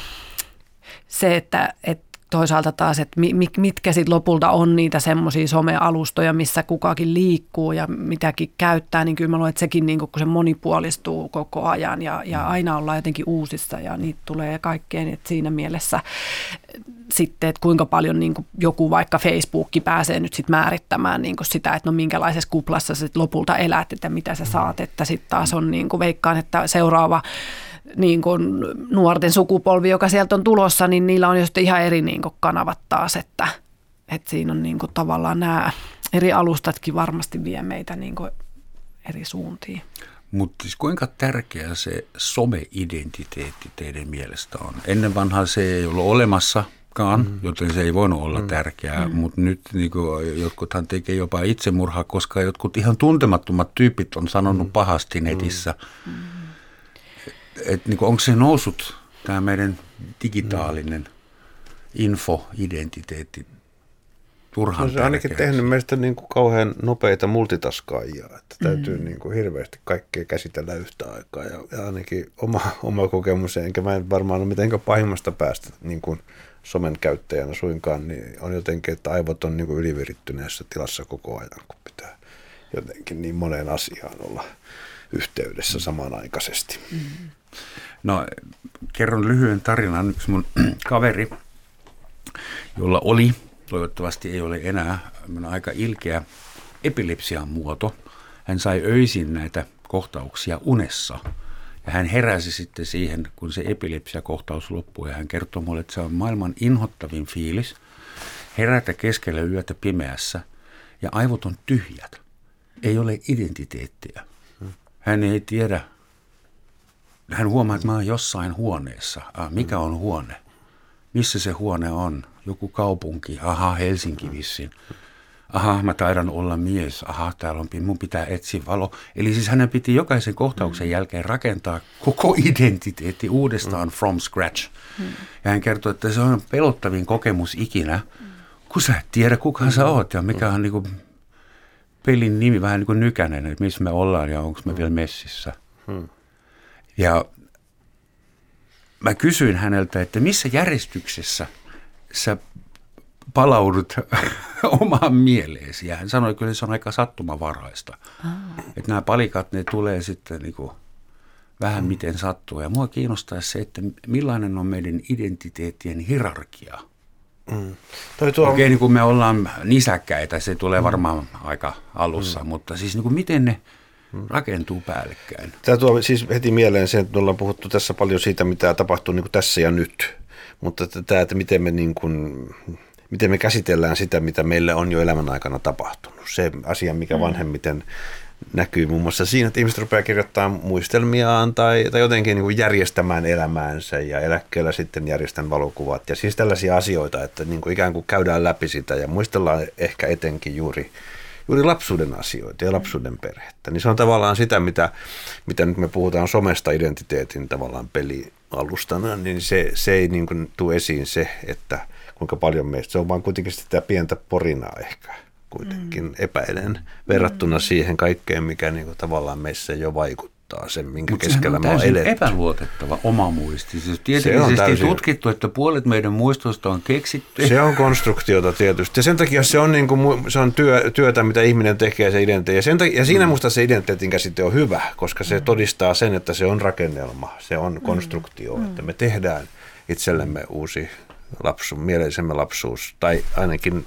se, että, että toisaalta taas, että mitkä sitten lopulta on niitä semmoisia somealustoja, missä kukakin liikkuu ja mitäkin käyttää, niin kyllä mä luulen, että sekin niin kun se monipuolistuu koko ajan ja, ja aina ollaan jotenkin uusissa ja niitä tulee kaikkeen, että siinä mielessä sitten, että kuinka paljon niin kuin joku vaikka Facebook pääsee nyt sit määrittämään niin kuin sitä, että no minkälaisessa kuplassa sä sit lopulta elät, että mitä sä saat, että sitten taas on niin kuin veikkaan, että seuraava niin kuin nuorten sukupolvi, joka sieltä on tulossa, niin niillä on jo sitten ihan eri niin kuin kanavat taas, että, että siinä on niin kuin tavallaan nämä eri alustatkin varmasti vie meitä niin kuin eri suuntiin. Mutta siis kuinka tärkeä se some-identiteetti teidän mielestä on? Ennen vanhaa se ei ollut olemassakaan, mm. joten se ei voinut olla mm. tärkeää, mm. mutta nyt niin kuin, jotkuthan tekee jopa itsemurhaa, koska jotkut ihan tuntemattomat tyypit on sanonut mm. pahasti netissä. Mm. Et, niin kuin, onko se noussut tämä meidän digitaalinen mm. info-identiteetti turhan no, se on ainakin tehnyt meistä niin kuin kauhean nopeita multitaskaajia, että täytyy mm. niin kuin hirveästi kaikkea käsitellä yhtä aikaa. Ja, ja ainakin oma, oma kokemus, enkä mä en varmaan ole mitenkään pahimmasta päästä niin kuin somen käyttäjänä suinkaan, niin on jotenkin, että aivot on niin kuin ylivirittyneessä tilassa koko ajan, kun pitää jotenkin niin moneen asiaan olla yhteydessä samanaikaisesti. Mm. No, kerron lyhyen tarinan. Yksi mun kaveri, jolla oli, toivottavasti ei ole enää, aika ilkeä epilepsian muoto. Hän sai öisin näitä kohtauksia unessa. Ja hän heräsi sitten siihen, kun se epilepsiakohtaus loppui. Ja hän kertoi mulle, että se on maailman inhottavin fiilis. Herätä keskellä yötä pimeässä ja aivot on tyhjät. Ei ole identiteettiä. Hän ei tiedä. Hän huomaa, että mä oon jossain huoneessa. Ah, mikä on huone? Missä se huone on? Joku kaupunki. Aha, Helsinki vissiin. Aha, mä taidan olla mies. Aha, täällä on, mun pitää etsiä valo. Eli siis hänen piti jokaisen kohtauksen jälkeen rakentaa koko identiteetti uudestaan from scratch. Ja hän kertoi, että se on pelottavin kokemus ikinä, kun sä et tiedä, kuka sä oot ja mikä on niinku pelin nimi, vähän niin kuin Nykänen, että missä me ollaan ja onko me vielä messissä. Ja mä kysyin häneltä, että missä järjestyksessä sä palaudut omaan mieleesi. Ja hän sanoi, että kyllä se on aika sattumavaraista. Ah. Että nämä palikat, ne tulee sitten niin kuin vähän mm. miten sattuu. Ja mua kiinnostaa se, että millainen on meidän identiteettien hierarkia. Mm. Toi tuo... Okei, niin kuin me ollaan nisäkkäitä, se tulee varmaan mm. aika alussa, mm. mutta siis niin kuin miten ne rakentuu päällekkäin. Tämä tuo siis heti mieleen sen, että me ollaan puhuttu tässä paljon siitä, mitä tapahtuu niin kuin tässä ja nyt, mutta tämä, että miten me, niin kuin, miten me käsitellään sitä, mitä meille on jo elämän aikana tapahtunut. Se asia, mikä vanhemmiten näkyy muun muassa siinä, että ihmiset rupeaa kirjoittamaan muistelmiaan tai, tai jotenkin niin kuin järjestämään elämäänsä ja eläkkeellä sitten järjestän valokuvat ja siis tällaisia asioita, että niin kuin ikään kuin käydään läpi sitä ja muistellaan ehkä etenkin juuri Juuri lapsuuden asioita ja lapsuuden perhettä. Niin se on tavallaan sitä, mitä, mitä nyt me puhutaan somesta identiteetin tavallaan pelialustana, niin se, se ei niin kuin tule esiin se, että kuinka paljon meistä. Se on vaan kuitenkin sitä pientä porinaa ehkä kuitenkin mm. epäilen verrattuna mm. siihen kaikkeen, mikä niin kuin tavallaan meissä jo vaikuttaa. Sen, minkä Mut keskellä me on eletty. eletty. Epäluotettava oma muisti. Siis tieteellisesti täysin tutkittu, että puolet meidän muistoista on keksitty. Se on konstruktiota tietysti. Ja sen takia se on, niin kuin, se on työ, työtä, mitä ihminen tekee se identiteetti. Ja, sen takia, ja siinä mm. musta se identiteetin käsite on hyvä, koska se mm. todistaa sen, että se on rakennelma, se on konstruktio, mm. että me tehdään itsellemme uusi lapsuus, mielellisemme lapsuus, tai ainakin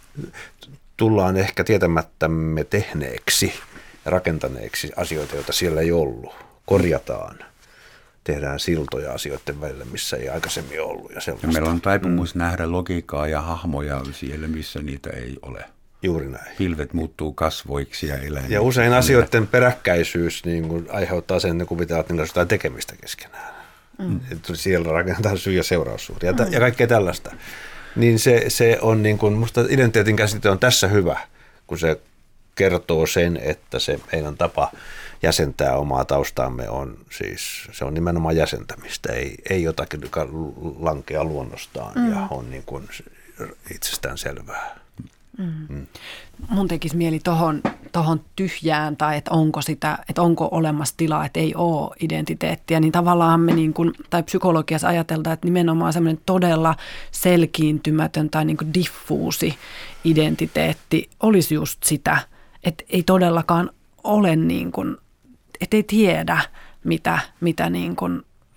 tullaan ehkä tietämättämme tehneeksi ja rakentaneeksi asioita, joita siellä ei ollut. Korjataan. Tehdään siltoja asioiden välillä, missä ei aikaisemmin ollut. Ja ja meillä on taipumus mm. nähdä logiikkaa ja hahmoja siellä, missä niitä ei ole. Juuri näin. Pilvet muuttuu kasvoiksi ja eläimiksi. Ja usein asioiden peräkkäisyys niin kuin aiheuttaa sen, että kuvitellaan, että niillä on jotain tekemistä keskenään. Mm. Siellä rakennetaan syy- ja seuraussuhde ja, mm. ja kaikkea tällaista. Niin se, se on niin kuin, musta identiteetin käsite on tässä hyvä, kun se kertoo sen, että se meidän tapa jäsentää omaa taustaamme on siis, se on nimenomaan jäsentämistä, ei, ei jotakin, joka lankeaa luonnostaan mm. ja on niin kuin itsestään selvää. Mm. Mm. Mun tekisi mieli tohon, tohon tyhjään tai että onko sitä, että onko olemassa tilaa, että ei ole identiteettiä, niin tavallaan me niin kuin, tai psykologiassa ajateltaan, että nimenomaan semmoinen todella selkiintymätön tai niin kuin diffuusi identiteetti olisi just sitä, että ei todellakaan ole niin kuin, että ei tiedä, mitä, mitä niin kuin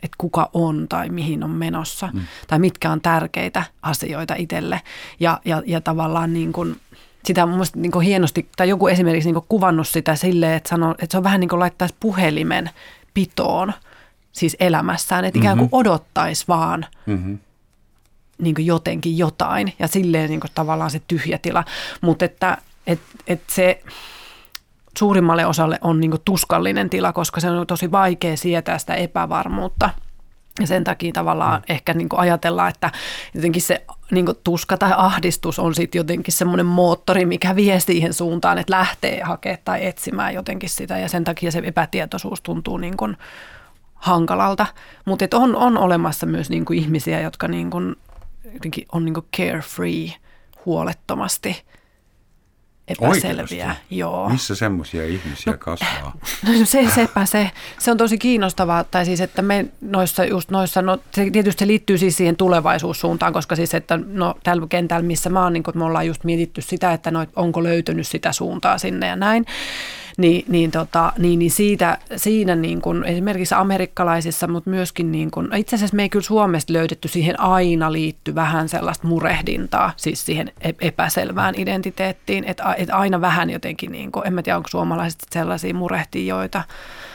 että kuka on tai mihin on menossa mm. tai mitkä on tärkeitä asioita itselle. Ja, ja, ja tavallaan niin kuin, sitä on mun mielestä niin kuin hienosti, tai joku esimerkiksi niin kuin kuvannut sitä silleen, että, sanoo, että se on vähän niin kuin laittaisi puhelimen pitoon siis elämässään, että ikään kuin odottaisi vaan mm-hmm. niin kuin jotenkin jotain ja silleen niin kuin tavallaan se tyhjä tila, mutta että et, et se suurimmalle osalle on niin kuin tuskallinen tila, koska se on tosi vaikea sietää sitä epävarmuutta. Ja sen takia tavallaan mm. ehkä niin kuin ajatellaan, että jotenkin se niin kuin tuska tai ahdistus on sitten jotenkin semmoinen moottori, mikä vie siihen suuntaan, että lähtee hakemaan tai etsimään jotenkin sitä. Ja sen takia se epätietoisuus tuntuu niin kuin hankalalta. Mutta on, on olemassa myös niin kuin ihmisiä, jotka niin kuin jotenkin on niin kuin carefree, huolettomasti epäselviä. Oikeasti? Joo. Missä semmoisia ihmisiä no, kasvaa? No se, sepä se. Se on tosi kiinnostavaa, tai siis, että me noissa, just noissa, no se, tietysti se liittyy siis siihen tulevaisuussuuntaan, koska siis, että no tällä kentällä, missä mä oon, niin kun me ollaan just mietitty sitä, että no, onko löytynyt sitä suuntaa sinne ja näin, niin, niin, tota, niin, niin siitä, siinä niin kun, esimerkiksi amerikkalaisissa, mutta myöskin niin kun, itse asiassa me ei kyllä Suomesta löydetty siihen aina liitty vähän sellaista murehdintaa, siis siihen epäselvään identiteettiin, että, että aina vähän jotenkin, niin kun, en mä tiedä, onko suomalaiset sellaisia murehtijoita,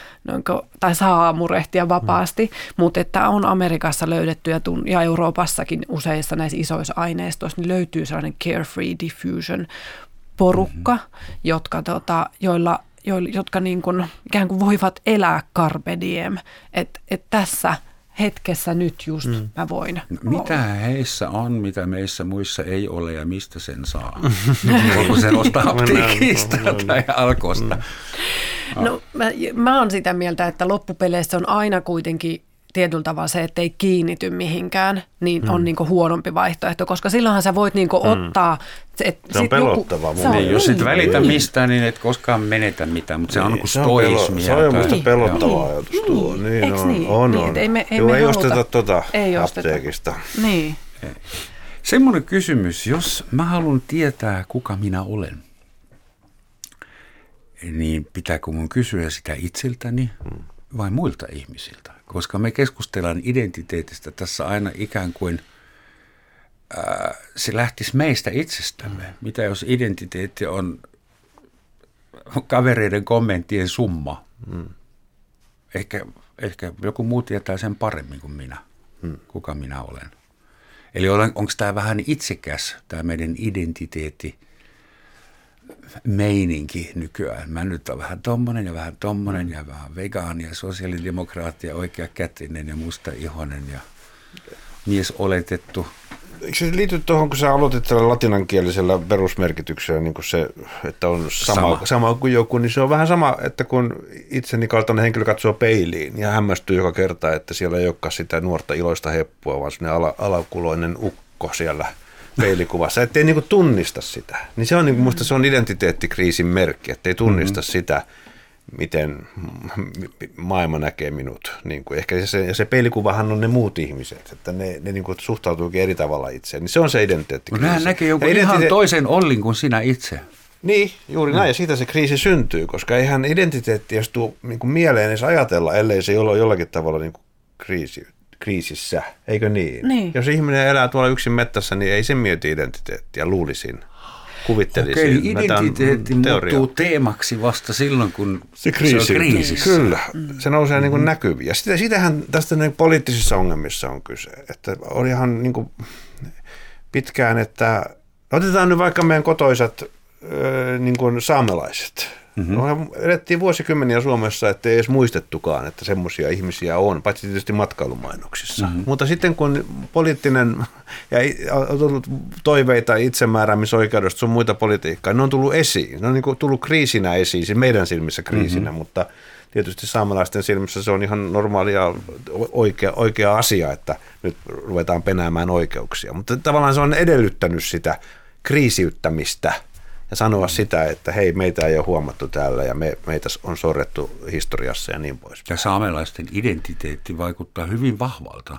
tai saa murehtia vapaasti, mm. mutta että on Amerikassa löydetty ja, tun- ja Euroopassakin useissa näissä isoissa aineistoissa, niin löytyy sellainen carefree diffusion porukka, mm-hmm. jotka, tota, joilla, joilla, jotka niin kuin, ikään kuin voivat elää carpe diem, että et tässä hetkessä nyt just mm. mä voin. Mitä olla. Heissä on, mitä meissä muissa ei ole ja mistä sen saa? Onko se ostaa apteekista tai Alkosta? Mm. No mä, mä oon sitä mieltä, että loppupeleissä on aina kuitenkin tietyllä tavalla se, että ei kiinnity mihinkään, niin mm. on niinku huonompi vaihtoehto, koska silloinhan sä voit niinku mm. ottaa. Et se on pelottavaa. Joku, niin, jos et välitä niin. mistään, niin et koskaan menetä mitään, mutta se on niin, stoismia. Se on minusta pelottava niin. ajatus tuo. Niin, niin on, niin? on, on. Niin, ei me, ei, Joo, me ei osteta tuota apteekista. Niin. Semmoinen kysymys, jos mä haluan tietää, kuka minä olen, niin pitääkö mun kysyä sitä itseltäni vai muilta ihmisiltä? Koska me keskustellaan identiteetistä tässä aina ikään kuin ää, se lähtisi meistä itsestämme. Mitä jos identiteetti on kavereiden kommenttien summa? Mm. Ehkä, ehkä joku muu tietää sen paremmin kuin minä, mm. kuka minä olen. Eli onko tämä vähän itsekäs, tämä meidän identiteetti, meininki nykyään. Mä nyt on vähän tommonen ja vähän tommonen ja vähän vegaani ja sosiaalidemokraatti ja oikeakätinen ja mustaihoinen ja mies oletettu. Eikö se liity tuohon, kun sä aloitit tällä latinankielisellä perusmerkityksellä, niin kuin se, että on sama, sama. sama kuin joku, niin se on vähän sama, että kun itseni kaltainen henkilö katsoo peiliin ja hämmästyy joka kerta, että siellä ei olekaan sitä nuorta iloista heppua, vaan sellainen ala, alakuloinen ukko siellä peilikuvassa, ettei niinku tunnista sitä. Niin se on niinku, musta se on identiteettikriisin merkki, ettei tunnista mm-hmm. sitä, miten maailma näkee minut. Niinku, ehkä se, ja se peilikuvahan on ne muut ihmiset, että ne, ne niinku suhtautuukin eri tavalla itseen. Niin se on se identiteettikriisi. Nehän näkee joku identite- ihan toisen Ollin kuin sinä itse. Niin, juuri näin. Ja siitä se kriisi syntyy, koska eihän identiteetti edes tule niinku mieleen edes ajatella, ellei se ole jollakin tavalla niinku kriisi. kriisissä, eikö niin? niin? Jos ihminen elää tuolla yksin mettässä, niin ei se mieti identiteettiä, luulisin, kuvittelisin. Okei, identiteetti muuttuu teemaksi vasta silloin, kun se, kriisi, se on kriisissä. Kyllä, se nousee mm-hmm. niin kuin näkyviin. Ja sitä, sitähän tästä niin poliittisissa ongelmissa on kyse. Että on ihan niin kuin pitkään, että otetaan nyt vaikka meidän kotoisat niin kuin saamelaiset. Mm-hmm. No, elettiin vuosikymmeniä Suomessa, ettei edes muistettukaan, että semmoisia ihmisiä on, paitsi tietysti matkailumainoksissa. Mm-hmm. Mutta sitten kun poliittinen ja on tullut toiveita itsemääräämisoikeudesta sun muita politiikkaa, ne on tullut esiin. Ne on niin kuin tullut kriisinä esiin, siis meidän silmissä kriisinä, mm-hmm. mutta tietysti saamelaisten silmissä se on ihan normaalia oikea, oikea asia, että nyt ruvetaan penäämään oikeuksia. Mutta tavallaan se on edellyttänyt sitä kriisiyttämistä. Ja sanoa sitä, että hei, meitä ei ole huomattu täällä ja me, meitä on sorrettu historiassa ja niin pois. Ja saamelaisten identiteetti vaikuttaa hyvin vahvalta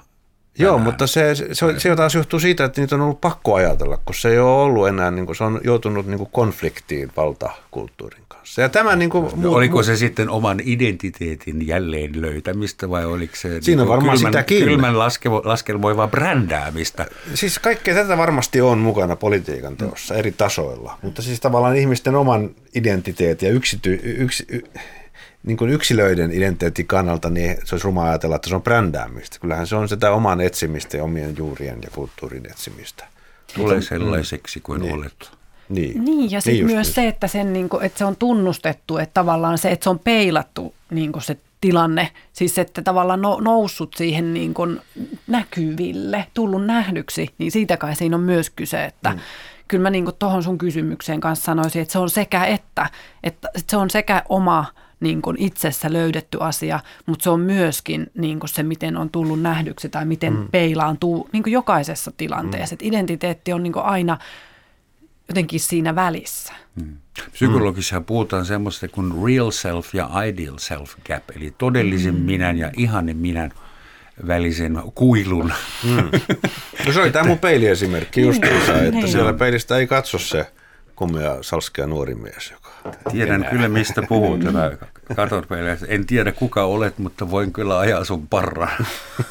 Joo, mutta se, se, se taas johtuu siitä, että niitä on ollut pakko ajatella, kun se ei ole ollut enää, niin kuin, se on joutunut niin kuin konfliktiin valtakulttuurin kanssa. Ja tämä, niin kuin, no, oliko se sitten oman identiteetin jälleen löytämistä vai oliko se siinä niin varmaan kylmän, sitäkin. kylmän laske, laskelmoivaa brändäämistä? Siis kaikkea tätä varmasti on mukana politiikan teossa eri tasoilla, mutta siis tavallaan ihmisten oman identiteetin ja yksity, yksi, y, niin kuin yksilöiden identiteetin kannalta, niin se olisi ruma ajatella, että se on brändäämistä. Kyllähän se on sitä oman etsimistä ja omien juurien ja kulttuurin etsimistä. Tulee sellaiseksi kuin niin. olet. Niin, niin ja sitten niin myös niin. se, että, sen, niin kuin, että se on tunnustettu, että tavallaan se, että se on peilattu niin kuin se tilanne, siis että tavallaan no, noussut siihen niin kuin näkyville, tullut nähdyksi, niin siitä kai siinä on myös kyse, että mm. kyllä mä niin kuin tuohon sun kysymykseen kanssa sanoisin, että se on sekä että, että se on sekä oma niin kuin itsessä löydetty asia, mutta se on myöskin niin kuin se, miten on tullut nähdyksi tai miten mm. peilaantuu niin kuin jokaisessa tilanteessa. Mm. Identiteetti on niin kuin aina jotenkin siinä välissä. Mm. Psykologisessa mm. puhutaan semmoista kuin real self ja ideal self gap, eli todellisen mm. minän ja ihanen minän välisen kuilun. Mm. No se oli tämä mun peiliesimerkki justiinsa, että niin. siellä peilistä ei katso se komea salskea nuori mies, joka... Tiedän kyllä, mistä puhut. Katot peiliä. En tiedä, kuka olet, mutta voin kyllä ajaa sun parran.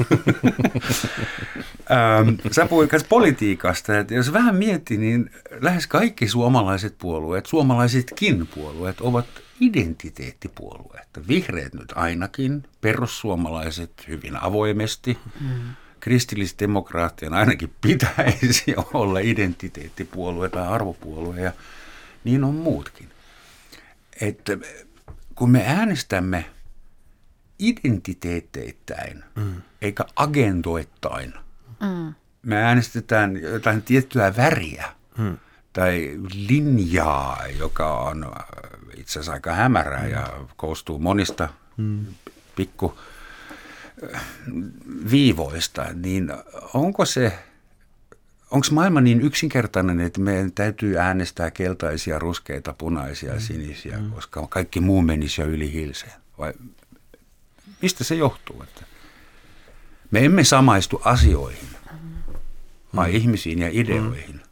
Sä puhuit politiikasta, että jos vähän miettii, niin lähes kaikki suomalaiset puolueet, suomalaisetkin puolueet ovat identiteettipuolueita. Vihreät nyt ainakin, perussuomalaiset hyvin avoimesti, mm. kristillisdemokraattien ainakin pitäisi olla identiteettipuolue tai arvopuolue ja niin on muutkin. Että kun me äänestämme identiteetteittäin, mm. eikä agendoittain, mm. me äänestetään jotain tiettyä väriä mm. tai linjaa, joka on itse asiassa aika hämärää mm. ja koostuu monista mm. pikku viivoista, niin onko se, onko maailma niin yksinkertainen, että meidän täytyy äänestää keltaisia, ruskeita, punaisia ja sinisiä, mm. koska kaikki muu menisi jo yli hilseen? Vai mistä se johtuu? Että me emme samaistu asioihin, vaan mm. ihmisiin ja ideoihin. Mm.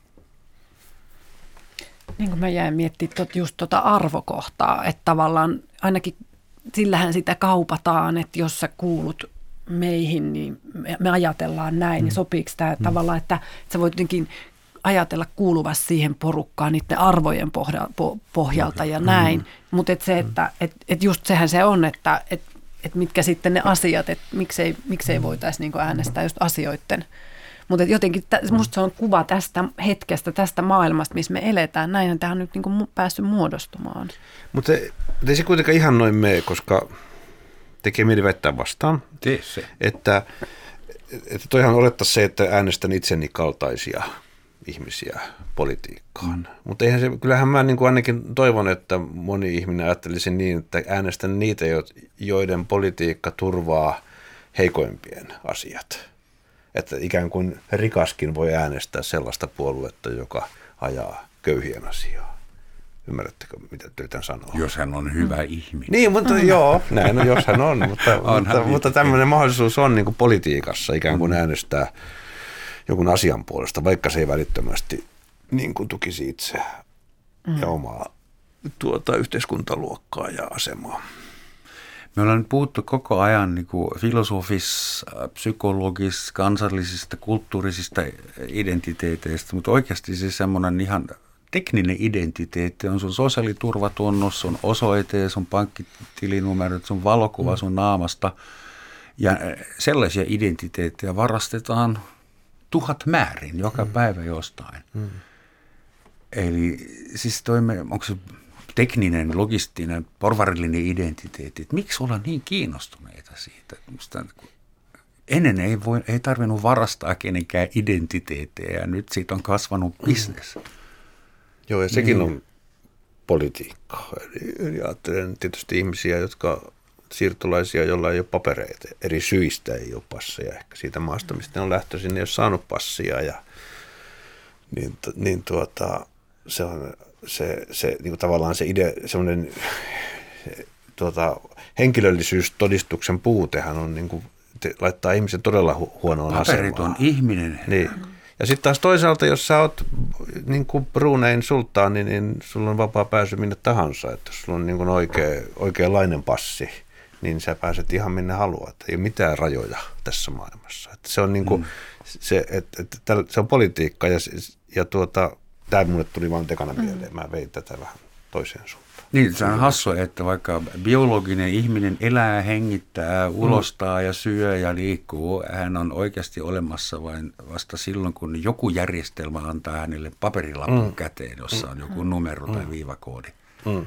Niin kuin mä jäin miettimään tot, just tuota arvokohtaa, että tavallaan ainakin sillähän sitä kaupataan, että jos sä kuulut meihin, niin me, me ajatellaan näin, mm. niin sopiiko tämä mm. tavallaan, että, että sä voit jotenkin ajatella kuuluvasti siihen porukkaan niiden arvojen pohja, po, pohjalta ja näin, mm. mutta et se, että et, et just sehän se on, että et, et mitkä sitten ne asiat, että miksei, miksei voitaisiin niinku äänestää just asioiden. Mutta jotenkin tä, musta se on kuva tästä hetkestä, tästä maailmasta, missä me eletään. Näinhän tämä on nyt niinku päässyt muodostumaan. Mutta ei se kuitenkaan ihan noin mene, koska tekee mieli väittää vastaan. Tee se. Että, että toihan olettaisiin se, että äänestän itseni kaltaisia ihmisiä politiikkaan. Mm. Mutta eihän se, kyllähän mä niin kuin ainakin toivon, että moni ihminen ajattelisi niin, että äänestän niitä, joiden politiikka turvaa heikoimpien asiat. Että ikään kuin rikaskin voi äänestää sellaista puoluetta, joka ajaa köyhien asiaa. Ymmärrättekö, mitä yritän sanoa? Jos hän on hyvä mm. ihminen. Niin, mutta mm. joo, näin on, jos hän on. Mutta, mutta, mutta tämmöinen mahdollisuus on niin kuin politiikassa ikään kuin äänestää jonkun asian puolesta, vaikka se ei välittömästi niin kuin tukisi itse mm. ja omaa tuota, yhteiskuntaluokkaa ja asemaa. Me ollaan nyt puhuttu koko ajan niin kuin filosofis, psykologis, kansallisista, kulttuurisista identiteeteistä, mutta oikeasti se semmoinen ihan tekninen identiteetti on sun sosiaaliturvatunnus, sun osoite, sun pankkitilinumero, sun valokuva sun naamasta. Ja sellaisia identiteettejä varastetaan tuhat määrin joka mm. päivä jostain. Mm. Eli siis toimme, onko se tekninen, logistinen, porvarillinen identiteetti, että miksi ollaan niin kiinnostuneita siitä? Musta, ennen ei, voi, ei tarvinnut varastaa kenenkään identiteettejä ja nyt siitä on kasvanut bisnes. Mm. Joo, ja sekin niin on politiikkaa. Eli ajattelen tietysti ihmisiä, jotka siirtolaisia, joilla ei ole papereita. Eri syistä ei ole passeja. Ehkä siitä maasta, mistä ne on lähtöisin, ne ei ole saanut passia. Ja, niin, niin tuota, se on se, se niin kuin tavallaan se ide, semmoinen tuota, henkilöllisyystodistuksen puutehan on niin kuin te, laittaa ihmisen todella hu- huonoon asemaan. Paperiton ihminen. Niin. Ja sitten taas toisaalta, jos sä oot niin kuin Brunein sulttaani, niin sulla on vapaa pääsy minne tahansa. Että jos sulla on niin kuin oikea, oikeanlainen passi, niin sä pääset ihan minne haluat. Ei ole mitään rajoja tässä maailmassa. Että se on niin kuin, mm. se, että, että se on politiikka ja, ja tuota, tämä mulle tuli vaan tekana mieleen. Mä vein tätä vähän toiseen suuntaan. Niin, se on hassua, että vaikka biologinen ihminen elää, hengittää, ulostaa mm. ja syö ja liikkuu, hän on oikeasti olemassa vain vasta silloin, kun joku järjestelmä antaa hänelle paperilapun mm. käteen, jossa on joku numero mm. tai viivakoodi. Mm.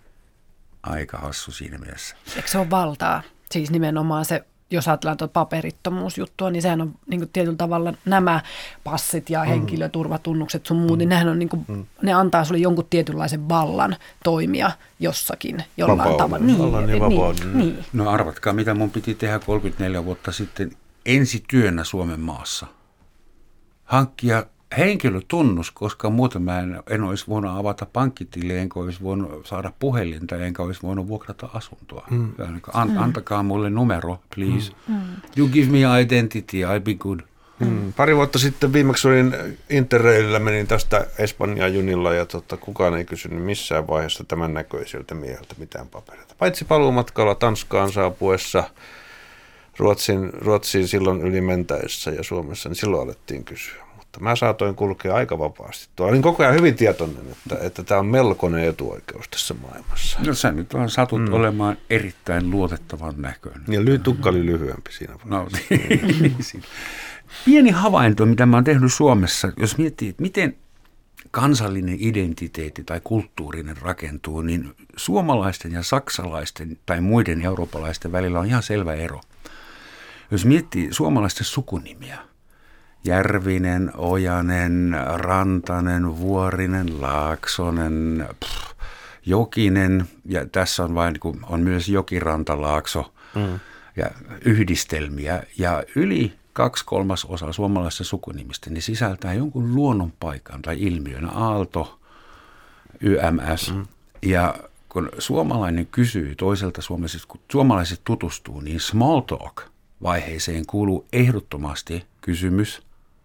Aika hassu siinä mielessä. Eikö se ole valtaa? Siis nimenomaan se, jos ajatellaan tuota paperittomuusjuttua, niin sehän on niin kuin tietyllä tavalla nämä passit ja henkilöturvatunnukset sun muut, mm. niin nehän on niin kuin, mm. ne antaa sulle jonkun tietynlaisen vallan toimia jossakin jollain vapauden. tavalla. Niin, vallan ja vapauden. Niin, niin. No arvatkaa, mitä mun piti tehdä kolmekymmentäneljä vuotta sitten ensityönä Suomen maassa. Hankkia henkilötunnus, koska muuten mä en, en olisi voinut avata pankkitiliä, enkä olisi voinut saada puhelinta, enkä olisi voinut vuokrata asuntoa. Mm. An, antakaa mulle numero, please. Mm. You give me identity, I'll be good. Mm. Pari vuotta sitten viimeksi olin Interrailillä, menin tästä Espanjan junilla ja tota, kukaan ei kysynyt missään vaiheessa tämän näköisiltä mieheltä mitään papereita. Paitsi paluumatkalla Tanskaan saapuessa, Ruotsin, Ruotsiin silloin yli mentäessä ja Suomessa, niin silloin alettiin kysyä. Mä saatoin kulkea aika vapaasti. Tuo olin koko ajan hyvin tietoinen, että, että tämä on melkoinen etuoikeus tässä maailmassa. No sä nyt vaan satut mm. olemaan erittäin luotettavan näköinen. Ja ly- tukka oli lyhyempi siinä vaiheessa. No, niin. Pieni havainto, mitä mä oon tehnyt Suomessa, jos miettii, että miten kansallinen identiteetti tai kulttuurinen rakentuu, niin suomalaisten ja saksalaisten tai muiden eurooppalaisten välillä on ihan selvä ero. Jos miettii suomalaisten sukunimiä, Järvinen, Ojanen, Rantanen, Vuorinen, Laaksonen, pff, Jokinen ja tässä on vain on myös Jokirantalaakso mm. ja yhdistelmiä ja yli kaksi kolmasosaa suomalaisista sukunimistä niin sisältää jonkun luonnonpaikan tai ilmiönä Aalto, Y M S mm. ja kun suomalainen kysyy toiselta suomalaiset, kun suomalaiset tutustuu, niin small talk vaiheeseen kuuluu ehdottomasti kysymys,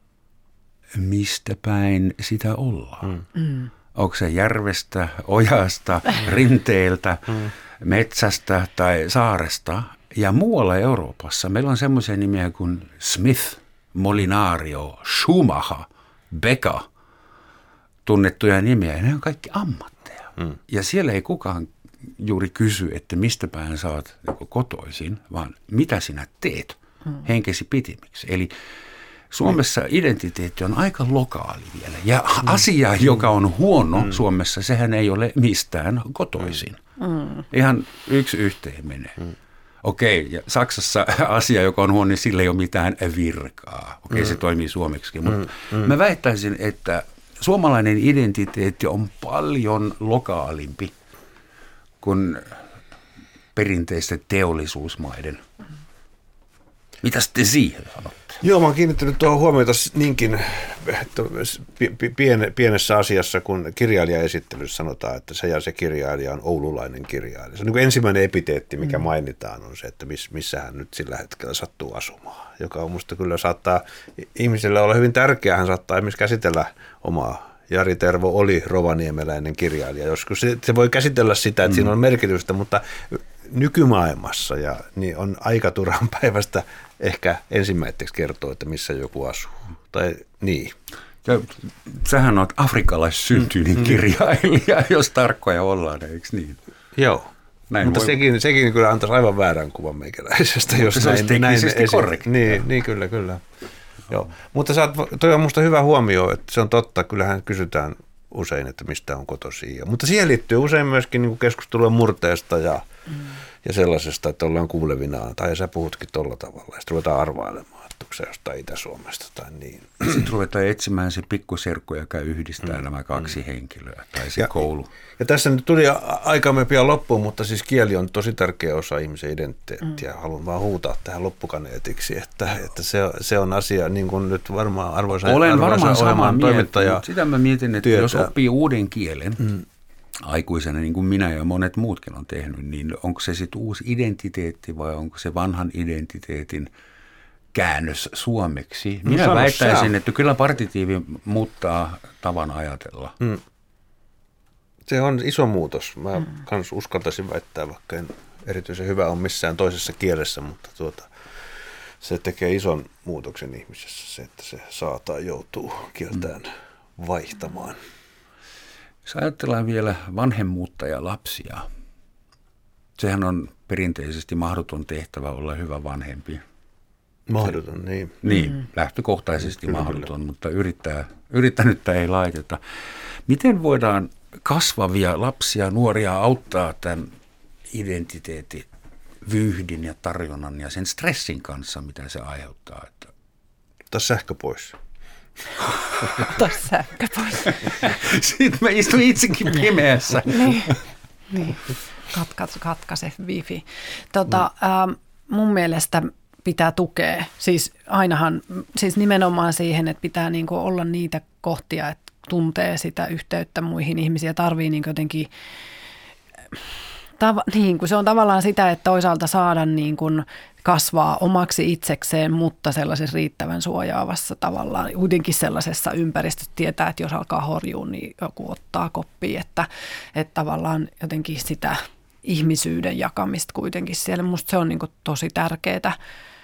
mistä päin sitä ollaan. Mm. Onko se järvestä, ojasta, rinteeltä, mm. metsästä tai saaresta. Ja muualla Euroopassa meillä on semmoisia nimiä kuin Smith, Molinario, Schumacher, Becker, tunnettuja nimiä. Ja ne on kaikki ammatteja. Mm. Ja siellä ei kukaan juuri kysy, että mistä päin sä oot kotoisin, vaan mitä sinä teet mm. henkesi pitimiksi. Eli Suomessa identiteetti on aika lokaali vielä. Ja mm. asia, joka on huono mm. Suomessa, sehän ei ole mistään kotoisin. Mm. Ihan yksi yhteen menee. Mm. Okei, ja Saksassa asia, joka on huono, niin sillä ei ole mitään virkaa. Okei, mm. se toimii suomeksi. Mutta mm. mm. mä väittäisin, että suomalainen identiteetti on paljon lokaalimpi kuin perinteisten teollisuusmaiden. Mitä te siihen sanotte? Joo, mä oon kiinnittänyt tuohon huomiota niinkin pienessä asiassa, kun kirjailijaesittelyssä sanotaan, että se ja se kirjailija on oululainen kirjailija. Se on niin kuin ensimmäinen epiteetti, mikä mm. mainitaan, on se, että missä hän nyt sillä hetkellä sattuu asumaan. Joka on musta kyllä saattaa ihmiselle olla hyvin tärkeää, hän saattaa esimerkiksi käsitellä omaa. Jari Tervo oli rovaniemeläinen kirjailija. Joskus se, se voi käsitellä sitä, että mm. siinä on merkitystä, mutta nykymaailmassa ja, niin on aika turhan päivästä ehkä ensimmäiseksi kertoa, että missä joku asuu. Tai niin. Ja sähän olet afrikkalaissyntyinen mm. kirjailija, jos tarkkoja ollaan, eikö niin? Joo. Näin mutta voi... sekin, sekin kyllä antaisi aivan väärän kuvan meikäläisestä. Jos se olisi teknisesti korrekti. Niin, niin, kyllä, kyllä. Joo. Mutta sä oot, toi on musta hyvä huomio, että se on totta. Kyllähän kysytään usein, että mistä on kotoisin. Mutta siihen liittyy usein myöskin niin keskustelua murteesta ja, mm. ja sellaisesta, että ollaan kuulevinaan. Tai sä puhutkin tolla tavalla ja sitten ruvetaan arvailemaan, että onko se jostain Itä-Suomesta tai niin. Sitten ruvetaan etsimään se pikkuserkku, joka yhdistää mm. nämä kaksi mm. henkilöä tai se ja, koulu. Ja tässä nyt tuli aikamme pian loppuun, mutta siis kieli on tosi tärkeä osa ihmisen identiteettiä. Mm. Haluan vaan huutaa tähän loppukaneetiksi, että, että se, se on asia, niin kuin nyt varmaan arvoisa, Olen arvoisa varmaan samaa toimittaja. Sitä mä mietin, että työtä. Jos oppii uuden kielen, mm. aikuisena niin kuin minä ja monet muutkin on tehnyt, niin onko se sitten uusi identiteetti vai onko se vanhan identiteetin käännös suomeksi. Minä No, sano väittäisin, sä. että kyllä partitiivi muuttaa tavan ajatella. Mm. Se on iso muutos. Mä mm. kans uskaltaisin väittää, vaikka en erityisen hyvä on missään toisessa kielessä, mutta tuota, se tekee ison muutoksen ihmisessä, se, että se saataa joutuu kieltään mm. vaihtamaan. Jos ajatellaan vielä vanhemmuutta ja lapsia, sehän on perinteisesti mahdoton tehtävä olla hyvä vanhempi. Mahdoton, niin. Niin, mm. lähtökohtaisesti kyllä, mahdoton, kyllä. mutta yrittää, yrittänyttä ei laiteta. Miten voidaan kasvavia lapsia, nuoria auttaa tämän identiteettivyyhdin ja tarjonnan ja sen stressin kanssa, mitä se aiheuttaa? Että... Ottaa sähkö pois. Ottaa sähkö pois. Sitten mä istun itsekin pimeässä. niin, niin. Katka, katkaise wifi. Tota, mm. ähm, mun mielestä pitää tukea. Siis ainahan, siis nimenomaan siihen, että pitää niinku olla niitä kohtia, että tuntee sitä yhteyttä muihin ihmisiin ja tarvii niin jotenkin, tav- niin kuin se on tavallaan sitä, että toisaalta saada niin kuin kasvaa omaksi itsekseen, mutta sellaisessa riittävän suojaavassa tavallaan, kuitenkin sellaisessa ympäristössä tietää, että jos alkaa horjua, niin joku ottaa koppiin, että, että tavallaan jotenkin sitä ihmisyyden jakamista kuitenkin siellä. Musta se on niin kuin tosi tärkeää.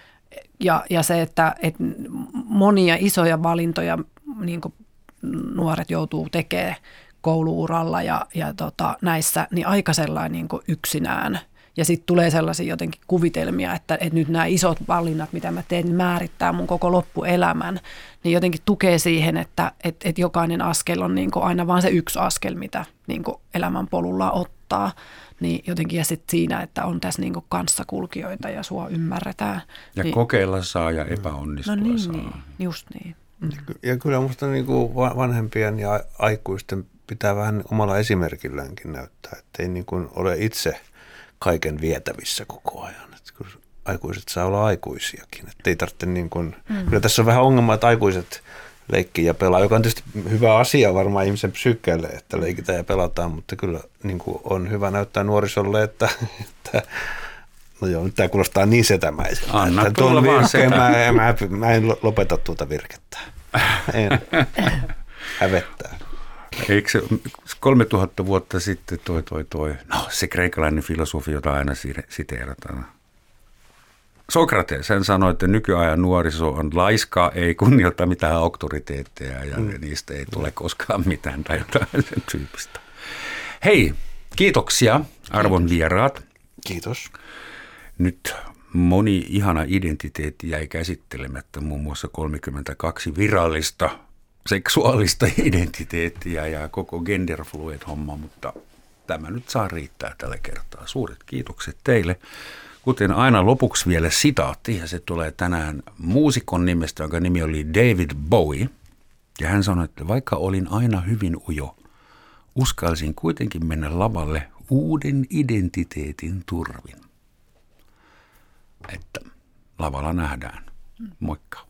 Ja, ja se, että, että monia isoja valintoja niin kuin nuoret joutuu tekemään kouluuralla ja, ja tota, näissä, niin aika sellainen niin kuin yksinään. Ja sitten tulee sellaisia jotenkin kuvitelmia, että, että nyt nämä isot valinnat, mitä mä teen, määrittää mun koko loppuelämän. Niin jotenkin tukee siihen, että, että, että jokainen askel on niin kuin aina vaan se yksi askel, mitä niin kuin elämän polulla ottaa. Niin jotenkin ja sitten siinä, että on tässä niin kuin kanssakulkijoita ja sua ymmärretään. Ja niin, kokeilla saa ja epäonnistua no niin, saa. niin, just niin. Mm. Ja kyllä minusta niin kuin vanhempien ja aikuisten pitää vähän omalla esimerkilläänkin näyttää, että ei niin kuin ole itse kaiken vietävissä koko ajan. Että kyllä aikuiset saa olla aikuisiakin. Että ei tarvitse niin kuin, mm. kyllä tässä on vähän ongelma, että aikuiset leikkii ja pelaa, joka on tietysti hyvä asia varmaan ihmisen psyykkeelle, että leikitään ja pelataan, mutta kyllä niin kuin on hyvä näyttää nuorisolle, että, että no joo, nyt tämä kuulostaa niin setämäiseltä. Anna että tulla vaan setä. Mä, mä, mä en lopeta tuota virkettä. En. Hävettää. Eikö se kolmetuhatta vuotta sitten toi, toi, toi, no se kreikalainen filosofi, jota aina siteerataan. Sokrates, hän sanoi, että nykyajan nuoriso on laiskaa, ei kunnioita mitään auktoriteetteja ja mm. niistä ei tule koskaan mitään tai jotain sen tyyppistä. Hei, kiitoksia arvon vieraat. Kiitos. Nyt moni ihana identiteetti jäi käsittelemättä, muun muassa kolmekymmentäkaksi virallista seksuaalista identiteettiä ja koko genderfluid-homma, mutta tämä nyt saa riittää tällä kertaa. Suuret kiitokset teille. Kuten aina lopuksi vielä sitaatti, ja se tulee tänään muusikon nimestä, jonka nimi oli David Bowie. Ja hän sanoi, että vaikka olin aina hyvin ujo, uskalsin kuitenkin mennä lavalle uuden identiteetin turvin. Että lavalla nähdään. Moikka.